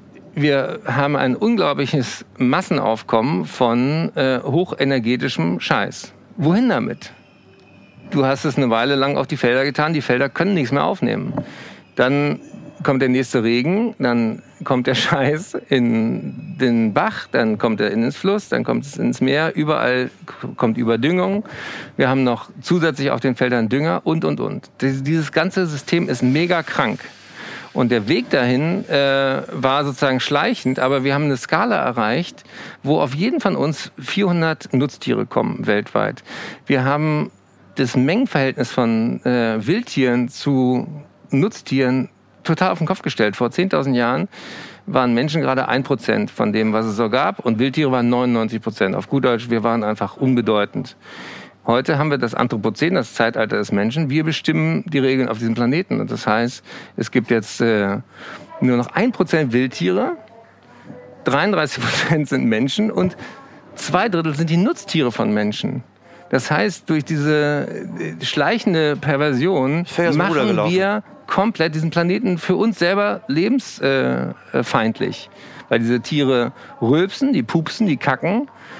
wir haben ein unglaubliches Massenaufkommen von äh, hochenergetischem Scheiß. Wohin damit? Du hast es eine Weile lang auf die Felder getan, die Felder können nichts mehr aufnehmen. Dann kommt der nächste Regen, dann kommt der Scheiß in den Bach, dann kommt er in den Fluss, dann kommt es ins Meer, überall kommt Überdüngung. Wir haben noch zusätzlich auf den Feldern Dünger und, und, und. Dieses ganze System ist mega krank. Und der Weg dahin äh, war sozusagen schleichend, aber wir haben eine Skala erreicht, wo auf jeden von uns vierhundert Nutztiere kommen weltweit. Wir haben das Mengenverhältnis von äh, Wildtieren zu Nutztieren total auf den Kopf gestellt. Vor zehntausend Jahren waren Menschen gerade ein Prozent von dem, was es so gab, und Wildtiere waren neunundneunzig Prozent. Auf gut Deutsch, wir waren einfach unbedeutend. Heute haben wir das Anthropozän, das Zeitalter des Menschen. Wir bestimmen die Regeln auf diesem Planeten. Und das heißt, es gibt jetzt äh, nur noch ein Prozent Wildtiere, dreiunddreißig Prozent sind Menschen und zwei Drittel sind die Nutztiere von Menschen. Das heißt, durch diese schleichende Perversion machen wir komplett diesen Planeten für uns selber lebensfeindlich. Weil diese Tiere rülpsen, die pupsen, die kacken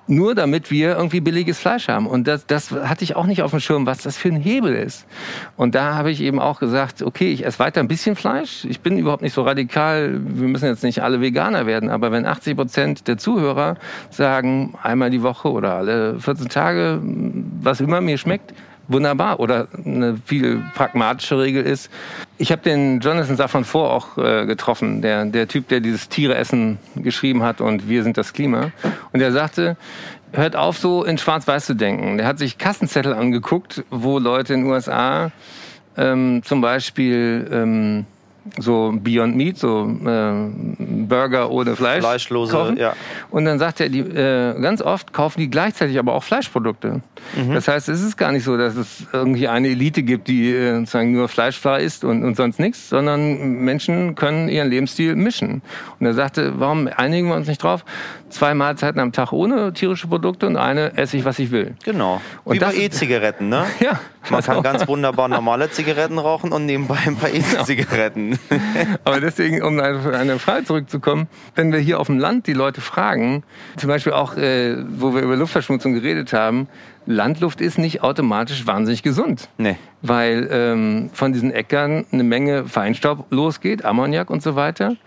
nur damit wir irgendwie billiges Fleisch haben. Und das, das hatte ich auch nicht auf dem Schirm, was das für ein Hebel ist. Und da habe ich eben auch gesagt, okay, ich esse weiter ein bisschen Fleisch. Ich bin überhaupt nicht so radikal. Wir müssen jetzt nicht alle Veganer werden. Aber wenn achtzig Prozent der Zuhörer sagen, einmal die Woche oder alle vierzehn Tage, was immer mir schmeckt, wunderbar. Oder eine viel pragmatische Regel ist, ich habe den Jonathan Safran Foer auch äh, getroffen, der, der Typ, der dieses Tiere-Essen geschrieben hat und Wir sind das Klima. Und der sagte, hört auf, so in Schwarz-Weiß zu denken. Der hat sich Kassenzettel angeguckt, wo Leute in den U S A ähm, zum Beispiel ähm, so Beyond Meat, so äh, Burger ohne Fleisch Fleischlose, kaufen. Ja. Und dann sagt er, die, äh, ganz oft kaufen die gleichzeitig aber auch Fleischprodukte. Mhm. Das heißt, es ist gar nicht so, dass es irgendwie eine Elite gibt, die äh, sozusagen nur Fleischfleisch isst und, und sonst nichts, sondern Menschen können ihren Lebensstil mischen. Und er sagte, warum einigen wir uns nicht drauf? Zwei Mahlzeiten am Tag ohne tierische Produkte und eine esse ich, was ich will. Genau. Und wie das, bei E-Zigaretten, ne? Ja. Man kann ganz wunderbar normale Zigaretten rauchen und nebenbei ein paar E-Zigaretten. Aber deswegen, um auf eine Frage zurückzukommen, wenn wir hier auf dem Land die Leute fragen, zum Beispiel auch, äh, wo wir über Luftverschmutzung geredet haben, Landluft ist nicht automatisch wahnsinnig gesund. Nee. Weil ähm, von diesen Äckern eine Menge Feinstaub losgeht, Ammoniak und so weiter.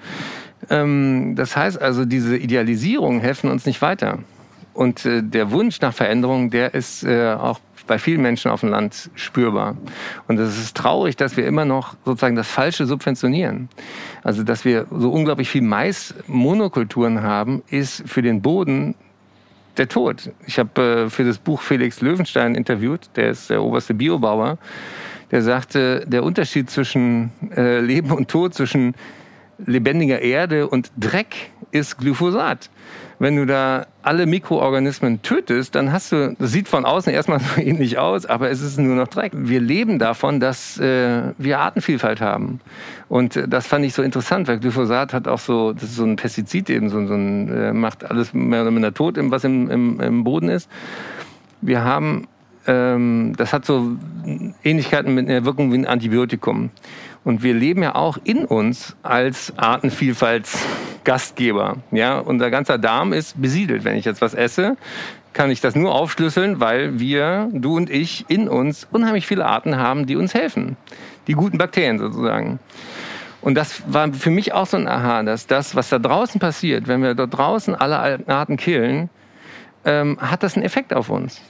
Ähm, das heißt also, diese Idealisierungen helfen uns nicht weiter. Und äh, der Wunsch nach Veränderung, der ist äh, auch bei vielen Menschen auf dem Land spürbar. Und es ist traurig, dass wir immer noch sozusagen das Falsche subventionieren. Also, dass wir so unglaublich viel Mais-Monokulturen haben, ist für den Boden der Tod. Ich habe äh, für das Buch Felix Löwenstein interviewt, der ist der oberste Biobauer, der sagte, der Unterschied zwischen äh, Leben und Tod, zwischen lebendiger Erde und Dreck ist Glyphosat. Wenn du da alle Mikroorganismen tötest, dann hast du, das sieht von außen erstmal so ähnlich aus, aber es ist nur noch Dreck. Wir leben davon, dass äh, wir Artenvielfalt haben. Und äh, das fand ich so interessant, weil Glyphosat hat auch so, das ist so ein Pestizid eben, so, so ein, äh, macht alles mehr oder minder tot, was im, im, im Boden ist. Wir haben, ähm, das hat so Ähnlichkeiten mit einer Wirkung wie ein Antibiotikum. Und wir leben ja auch in uns als Artenvielfaltsgastgeber. Ja, unser ganzer Darm ist besiedelt. Wenn ich jetzt was esse, kann ich das nur aufschlüsseln, weil wir, du und ich, in uns unheimlich viele Arten haben, die uns helfen. Die guten Bakterien sozusagen. Und das war für mich auch so ein Aha, dass das, was da draußen passiert, wenn wir dort draußen alle Arten killen, ähm, hat das einen Effekt auf uns.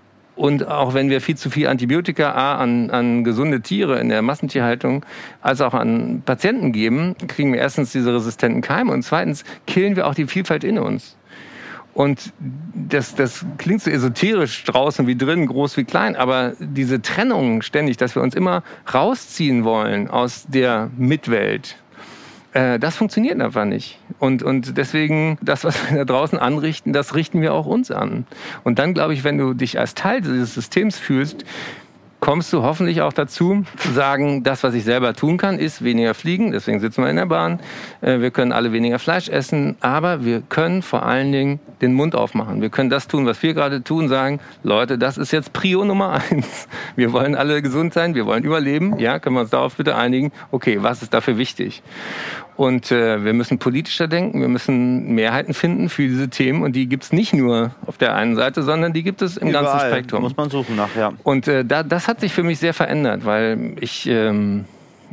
Und auch wenn wir viel zu viel Antibiotika A, an, an gesunde Tiere in der Massentierhaltung als auch an Patienten geben, kriegen wir erstens diese resistenten Keime und zweitens killen wir auch die Vielfalt in uns. Und das, das klingt so esoterisch draußen wie drin, groß wie klein, aber diese Trennung ständig, dass wir uns immer rausziehen wollen aus der Mitwelt, das funktioniert einfach nicht. Und, und deswegen, das, was wir da draußen anrichten, das richten wir auch uns an. Und dann, glaube ich, wenn du dich als Teil dieses Systems fühlst, kommst du hoffentlich auch dazu, zu sagen, das, was ich selber tun kann, ist weniger fliegen. Deswegen sitzen wir in der Bahn. Wir können alle weniger Fleisch essen. Aber wir können vor allen Dingen den Mund aufmachen. Wir können das tun, was wir gerade tun, sagen, Leute, das ist jetzt Prio Nummer eins. Wir wollen alle gesund sein, wir wollen überleben. Ja, können wir uns darauf bitte einigen? Okay, was ist dafür wichtig? Und äh, wir müssen politischer denken, wir müssen Mehrheiten finden für diese Themen. Und die gibt es nicht nur auf der einen Seite, sondern die gibt es im Überall ganzen Spektrum. Muss man suchen nach, ja. Und äh, da, das hat sich für mich sehr verändert, weil ich, ähm,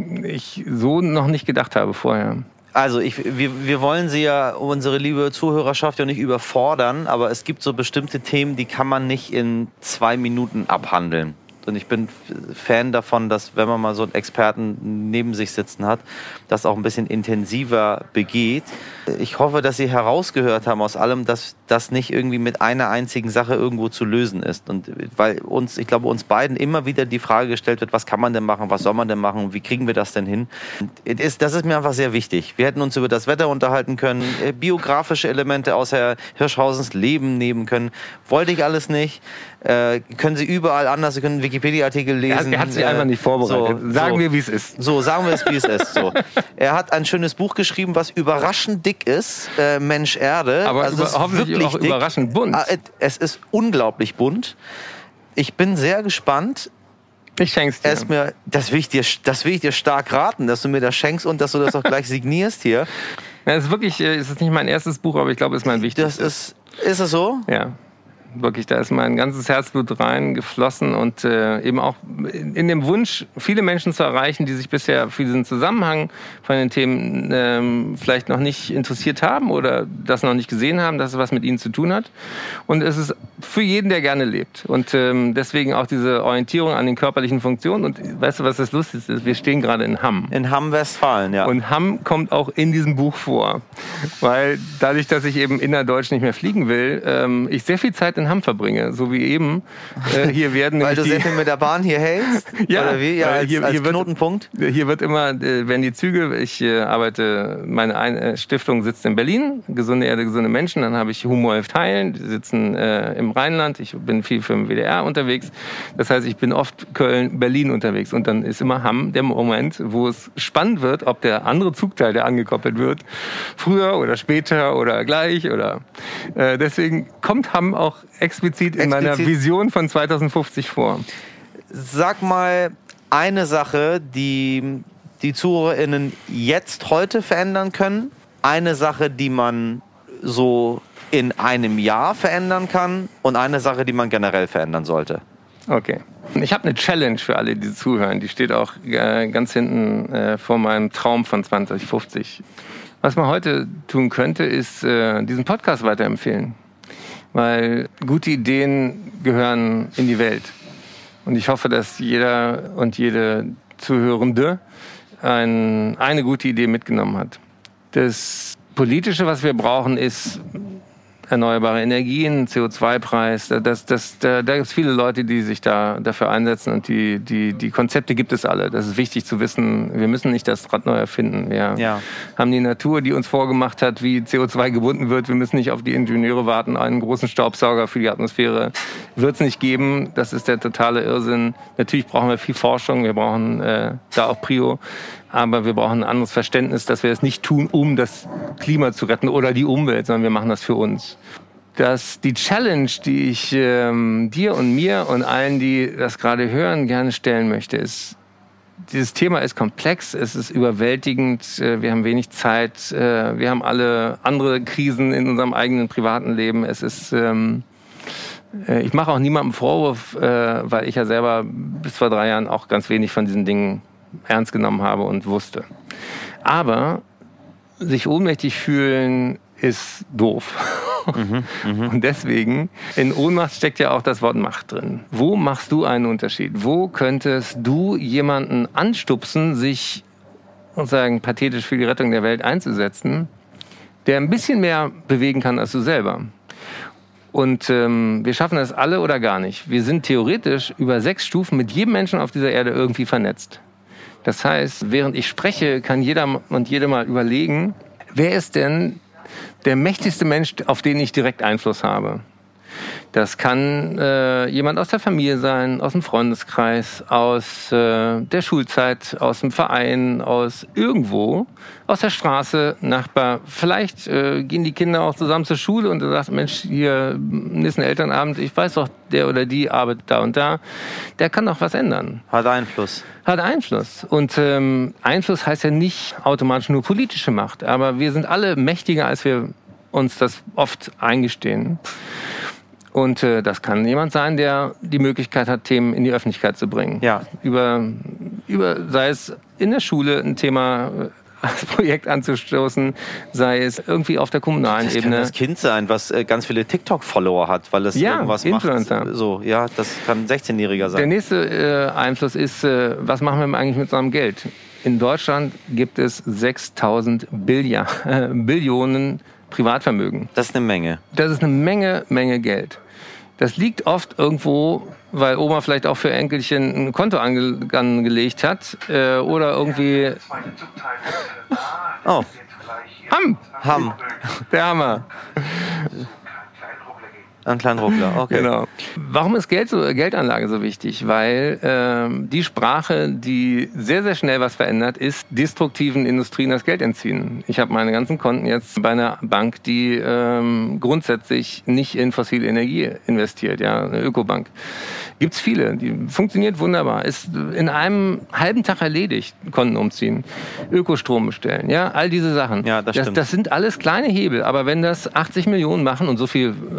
ich so noch nicht gedacht habe vorher. Also ich, wir, wir wollen Sie ja, unsere liebe Zuhörerschaft, ja nicht überfordern, aber es gibt so bestimmte Themen, die kann man nicht in zwei Minuten abhandeln. Und ich bin Fan davon, dass, wenn man mal so einen Experten neben sich sitzen hat, das auch ein bisschen intensiver begeht. Ich hoffe, dass Sie herausgehört haben aus allem, dass das nicht irgendwie mit einer einzigen Sache irgendwo zu lösen ist. Und weil uns, ich glaube, uns beiden immer wieder die Frage gestellt wird, was kann man denn machen, was soll man denn machen, wie kriegen wir das denn hin? Das ist mir einfach sehr wichtig. Wir hätten uns über das Wetter unterhalten können, biografische Elemente aus Herr Hirschhausens Leben nehmen können. Wollte ich alles nicht. Äh, können Sie überall anders, Sie können Wikipedia-Artikel lesen. Er hat sich äh, einfach nicht vorbereitet. So, sagen so, wir, wie es ist. So, sagen wir es, wie es ist. So. Er hat ein schönes Buch geschrieben, was überraschend dick ist, äh, Mensch Erde. Aber also über, hoffentlich auch dick. Überraschend bunt. Es ist unglaublich bunt. Ich bin sehr gespannt. Ich schenk's dir. Es mir, das, will ich dir. Das will ich dir stark raten, dass du mir das schenkst und dass du das auch gleich signierst hier. Ja, es ist wirklich, es ist nicht mein erstes Buch, aber ich glaube, es ist mein wichtigstes. Das ist, ist es so? Ja. Wirklich, da ist mein ganzes Herzblut reingeflossen und äh, eben auch in, in dem Wunsch, viele Menschen zu erreichen, die sich bisher für diesen Zusammenhang von den Themen ähm, vielleicht noch nicht interessiert haben oder das noch nicht gesehen haben, dass es was mit ihnen zu tun hat. Und es ist für jeden, der gerne lebt. Und ähm, deswegen auch diese Orientierung an den körperlichen Funktionen. Und weißt du, was das Lustigste ist? Wir stehen gerade in Hamm. In Hamm, Westfalen, ja. Und Hamm kommt auch in diesem Buch vor. Weil dadurch, dass ich eben innerdeutsch nicht mehr fliegen will, ähm, ich sehr viel Zeit in Hamm verbringe. So wie eben. Äh, hier werden weil du die, sehr viel mit der Bahn hier hältst? Ja, oder wie? Ja, als, hier, als hier wird, Knotenpunkt? Hier wird immer, äh, werden die Züge, ich äh, arbeite, meine Ein- äh, Stiftung sitzt in Berlin, Gesunde Erde, gesunde Menschen. Dann habe ich Humor hilft heilen, die sitzen äh, im Rheinland. Ich bin viel für den W D R unterwegs. Das heißt, ich bin oft Köln, Berlin unterwegs. Und dann ist immer Hamm der Moment, wo es spannend wird, ob der andere Zugteil, der angekoppelt wird, früher oder später oder gleich. Oder äh, deswegen kommt Hamm auch explizit in explizit. meiner Vision von zweitausendfünfzig vor. Sag mal eine Sache, die die ZuhörerInnen jetzt heute verändern können. Eine Sache, die man so in einem Jahr verändern kann und eine Sache, die man generell verändern sollte. Okay. Ich habe eine Challenge für alle, die zuhören. Die steht auch äh, ganz hinten äh, vor meinem Traum von zwanzig fünfzig. Was man heute tun könnte, ist äh, diesen Podcast weiterempfehlen. Weil gute Ideen gehören in die Welt. Und ich hoffe, dass jeder und jede Zuhörende ein, eine gute Idee mitgenommen hat. Das Politische, was wir brauchen, ist erneuerbare Energien, C O zwei Preis. Das, das, da da gibt es viele Leute, die sich da dafür einsetzen. Und die, die, die Konzepte gibt es alle. Das ist wichtig zu wissen. Wir müssen nicht das Rad neu erfinden. Wir ja. haben die Natur, die uns vorgemacht hat, wie C O zwei gebunden wird. Wir müssen nicht auf die Ingenieure warten. Einen großen Staubsauger für die Atmosphäre wird es nicht geben. Das ist der totale Irrsinn. Natürlich brauchen wir viel Forschung. Wir brauchen äh, da auch Prio. Aber wir brauchen ein anderes Verständnis, dass wir es nicht tun, um das Klima zu retten oder die Umwelt, sondern wir machen das für uns. Dass die Challenge, die ich ähm, dir und mir und allen, die das gerade hören, gerne stellen möchte, ist, dieses Thema ist komplex, es ist überwältigend, wir haben wenig Zeit, wir haben alle andere Krisen in unserem eigenen privaten Leben. Es ist... Ähm, ich mache auch niemandem Vorwurf, weil ich ja selber bis vor drei Jahren auch ganz wenig von diesen Dingen ernst genommen habe und wusste. Aber sich ohnmächtig fühlen ist doof. Mhm, mh. Und deswegen, in Ohnmacht steckt ja auch das Wort Macht drin. Wo machst du einen Unterschied? Wo könntest du jemanden anstupsen, sich sozusagen pathetisch für die Rettung der Welt einzusetzen, der ein bisschen mehr bewegen kann als du selber? Und ähm, wir schaffen das alle oder gar nicht. Wir sind theoretisch über sechs Stufen mit jedem Menschen auf dieser Erde irgendwie vernetzt. Das heißt, während ich spreche, kann jeder und jede mal überlegen, wer ist denn der mächtigste Mensch, auf den ich direkt Einfluss habe? Das kann äh, jemand aus der Familie sein, aus dem Freundeskreis, aus äh, der Schulzeit, aus dem Verein, aus irgendwo, aus der Straße, Nachbar. Vielleicht äh, gehen die Kinder auch zusammen zur Schule und du sagst, Mensch, hier ist ein Elternabend, ich weiß doch, der oder die arbeitet da und da. Der kann doch was ändern. Hat Einfluss. Hat Einfluss. Und ähm, Einfluss heißt ja nicht automatisch nur politische Macht, aber wir sind alle mächtiger, als wir uns das oft eingestehen. Und äh, das kann jemand sein, der die Möglichkeit hat, Themen in die Öffentlichkeit zu bringen. Ja. Über, über, sei es in der Schule ein Thema als Projekt anzustoßen, sei es irgendwie auf der kommunalen das Ebene. Das kann das Kind sein, was äh, ganz viele TikTok-Follower hat, weil es ja, irgendwas Influencer. macht. So, ja, das kann ein sechzehnjähriger sein. Der nächste äh, Einfluss ist, äh, was machen wir eigentlich mit unserem Geld? In Deutschland gibt es sechstausend Billiard, äh, Billionen Privatvermögen. Das ist eine Menge. Das ist eine Menge, Menge Geld. Das liegt oft irgendwo, weil Oma vielleicht auch für Enkelchen ein Konto ange- angelegt hat äh, oder irgendwie... Oh. Hamm! Hamm. Der Hammer. Ein kleiner Ruckler, okay. Genau. Warum ist Geld so, Geldanlage so wichtig? Weil ähm, die Sprache, die sehr, sehr schnell was verändert, ist destruktiven Industrien das Geld entziehen. Ich habe meine ganzen Konten jetzt bei einer Bank, die ähm, grundsätzlich nicht in fossile Energie investiert, ja, eine Ökobank. Gibt's viele, die funktioniert wunderbar. Ist in einem halben Tag erledigt, Konten umziehen, Ökostrom bestellen, ja, all diese Sachen. Ja, das das, stimmt. Das sind alles kleine Hebel, aber wenn das achtzig Millionen machen und so viel äh, Follower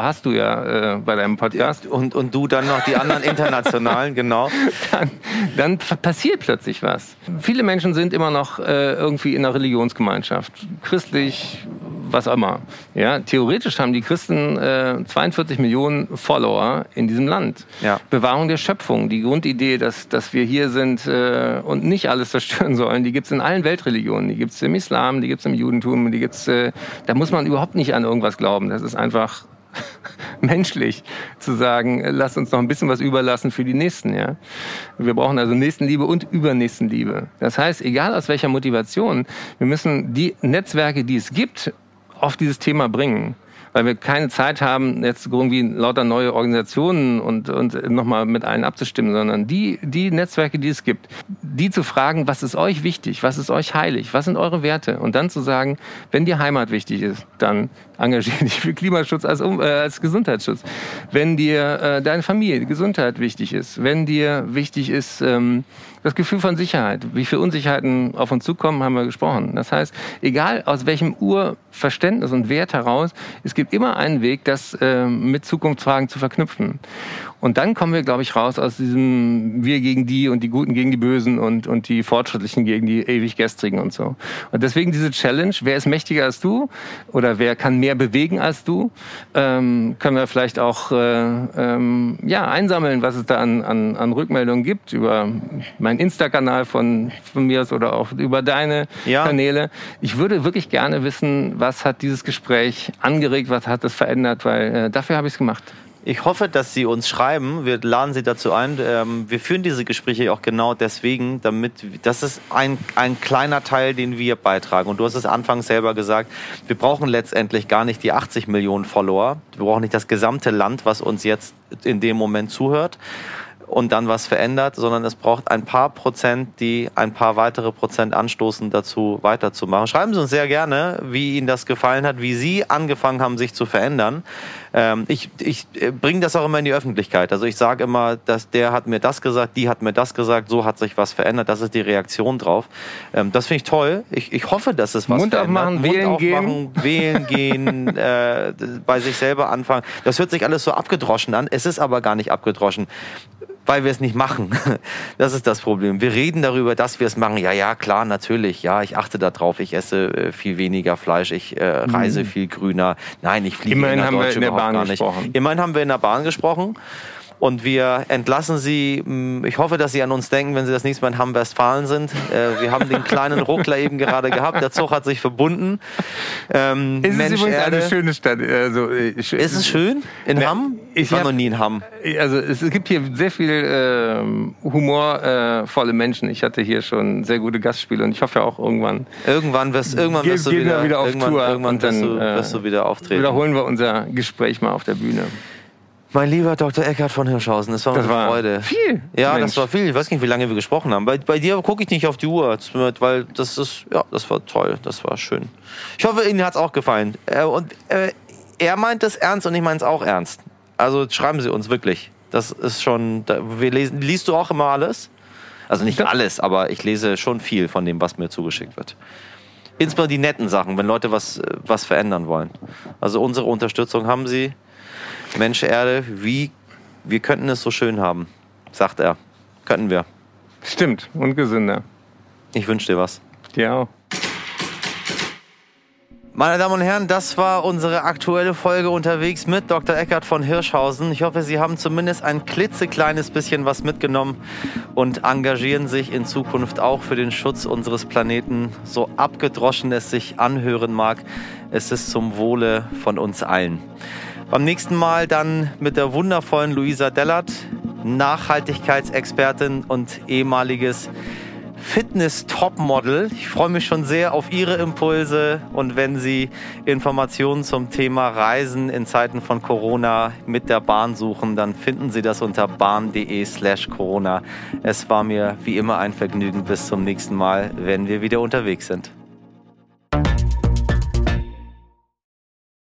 Follower hast du ja äh, bei deinem Podcast. Und, und du dann noch die anderen internationalen, genau. Dann, dann passiert plötzlich was. Viele Menschen sind immer noch äh, irgendwie in einer Religionsgemeinschaft. Christlich, was auch immer. Ja, theoretisch haben die Christen äh, zweiundvierzig Millionen Follower in diesem Land. Ja. Bewahrung der Schöpfung, die Grundidee, dass, dass wir hier sind äh, und nicht alles zerstören sollen, die gibt es in allen Weltreligionen. Die gibt es im Islam, die gibt es im Judentum, die gibt's, äh, da muss man überhaupt nicht an irgendwas glauben. Das ist einfach menschlich zu sagen, lasst uns noch ein bisschen was überlassen für die Nächsten. Ja? Wir brauchen also Nächstenliebe und Übernächstenliebe. Das heißt, egal aus welcher Motivation, wir müssen die Netzwerke, die es gibt, auf dieses Thema bringen. Weil wir keine Zeit haben, jetzt irgendwie lauter neue Organisationen und, und nochmal mit allen abzustimmen, sondern die, die Netzwerke, die es gibt, die zu fragen, was ist euch wichtig, was ist euch heilig, was sind eure Werte? Und dann zu sagen, wenn dir Heimat wichtig ist, dann engagiere dich für Klimaschutz als, äh, als Gesundheitsschutz. Wenn dir äh, deine Familie, Gesundheit wichtig ist, wenn dir wichtig ist, ähm, das Gefühl von Sicherheit, wie viele Unsicherheiten auf uns zukommen, haben wir gesprochen. Das heißt, egal aus welchem Urverständnis und Wert heraus, es gibt immer einen Weg, das äh, mit Zukunftsfragen zu verknüpfen. Und dann kommen wir, glaube ich, raus aus diesem Wir gegen die und die Guten gegen die Bösen und, und die Fortschrittlichen gegen die ewig Gestrigen und so. Und deswegen diese Challenge, wer ist mächtiger als du oder wer kann mehr bewegen als du, ähm, können wir vielleicht auch äh, ähm, ja, einsammeln, was es da an, an, an Rückmeldungen gibt über meinen Insta-Kanal von, von mir aus oder auch über deine ja. Kanäle. Ich würde wirklich gerne wissen, was hat dieses Gespräch angeregt, was hat es verändert, weil äh, dafür habe ich es gemacht. Ich hoffe, dass Sie uns schreiben. Wir laden Sie dazu ein. Wir führen diese Gespräche auch genau deswegen, damit, das ist ein, ein kleiner Teil, den wir beitragen. Und du hast es anfangs selber gesagt, wir brauchen letztendlich gar nicht die achtzig Millionen Follower. Wir brauchen nicht das gesamte Land, was uns jetzt in dem Moment zuhört und dann was verändert, sondern es braucht ein paar Prozent, die ein paar weitere Prozent anstoßen, dazu weiterzumachen. Schreiben Sie uns sehr gerne, wie Ihnen das gefallen hat, wie Sie angefangen haben, sich zu verändern. Ähm, ich ich bringe das auch immer in die Öffentlichkeit. Also ich sage immer, dass der hat mir das gesagt, die hat mir das gesagt, so hat sich was verändert. Das ist die Reaktion drauf. Ähm, das finde ich toll. Ich, ich hoffe, dass es was Mund verändert. Aufmachen, Mund wählen aufmachen, gehen. wählen gehen, äh, bei sich selber anfangen. Das hört sich alles so abgedroschen an. Es ist aber gar nicht abgedroschen, weil wir es nicht machen. Das ist das Problem. Wir reden darüber, dass wir es machen. Ja, ja, klar, natürlich. Ja, ich achte da drauf. Ich esse äh, viel weniger Fleisch. Ich äh, reise mhm. viel grüner. Nein, ich fliege Immerhin nach haben Deutsch wir in der überhaupt Bahn gar nicht. gesprochen. Immerhin haben wir in der Bahn gesprochen. Und wir entlassen Sie, ich hoffe, dass Sie an uns denken, wenn Sie das nächste Mal in Hamm-Westfalen sind. Wir haben den kleinen Ruckler eben gerade gehabt, der Zug hat sich verbunden. Ähm, es Mensch, ist übrigens Erde. eine schöne Stadt. Also, ist es schön in ne, Hamm? Ich, ich war hab, noch nie in Hamm. Also es gibt hier sehr viel äh, humorvolle Menschen. Ich hatte hier schon sehr gute Gastspiele und ich hoffe auch irgendwann. Irgendwann wirst, irgendwann wirst ge- du wieder, wieder auf irgendwann, Tour irgendwann und dann wirst, du, wirst du wieder auftreten. Wiederholen wir unser Gespräch mal auf der Bühne. Mein lieber Doktor Eckhard von Hirschhausen, das war das eine war Freude. Viel. Ja, Mensch. das war viel. Ich weiß nicht, wie lange wir gesprochen haben. Bei, bei dir gucke ich nicht auf die Uhr, weil das ist, ja, das war toll, das war schön. Ich hoffe, Ihnen hat es auch gefallen. Und äh, er meint es ernst und ich meine es auch ernst. Also schreiben Sie uns wirklich. Das ist schon, wir lesen, liest du auch immer alles? Also nicht alles, aber ich lese schon viel von dem, was mir zugeschickt wird. Insbesondere die netten Sachen, wenn Leute was, was verändern wollen. Also unsere Unterstützung haben Sie. Mensch, Erde, wie, wir könnten es so schön haben, sagt er. Könnten wir. Stimmt, und gesünder. Ich wünsche dir was. Dir auch. Meine Damen und Herren, das war unsere aktuelle Folge unterwegs mit Doktor Eckhard von Hirschhausen. Ich hoffe, Sie haben zumindest ein klitzekleines bisschen was mitgenommen und engagieren sich in Zukunft auch für den Schutz unseres Planeten, so abgedroschen es sich anhören mag. Es ist zum Wohle von uns allen. Beim nächsten Mal dann mit der wundervollen Luisa Dellert, Nachhaltigkeitsexpertin und ehemaliges Fitness-Topmodel. Ich freue mich schon sehr auf Ihre Impulse und wenn Sie Informationen zum Thema Reisen in Zeiten von Corona mit der Bahn suchen, dann finden Sie das unter bahn.de slash Corona. Es war mir wie immer ein Vergnügen. Bis zum nächsten Mal, wenn wir wieder unterwegs sind.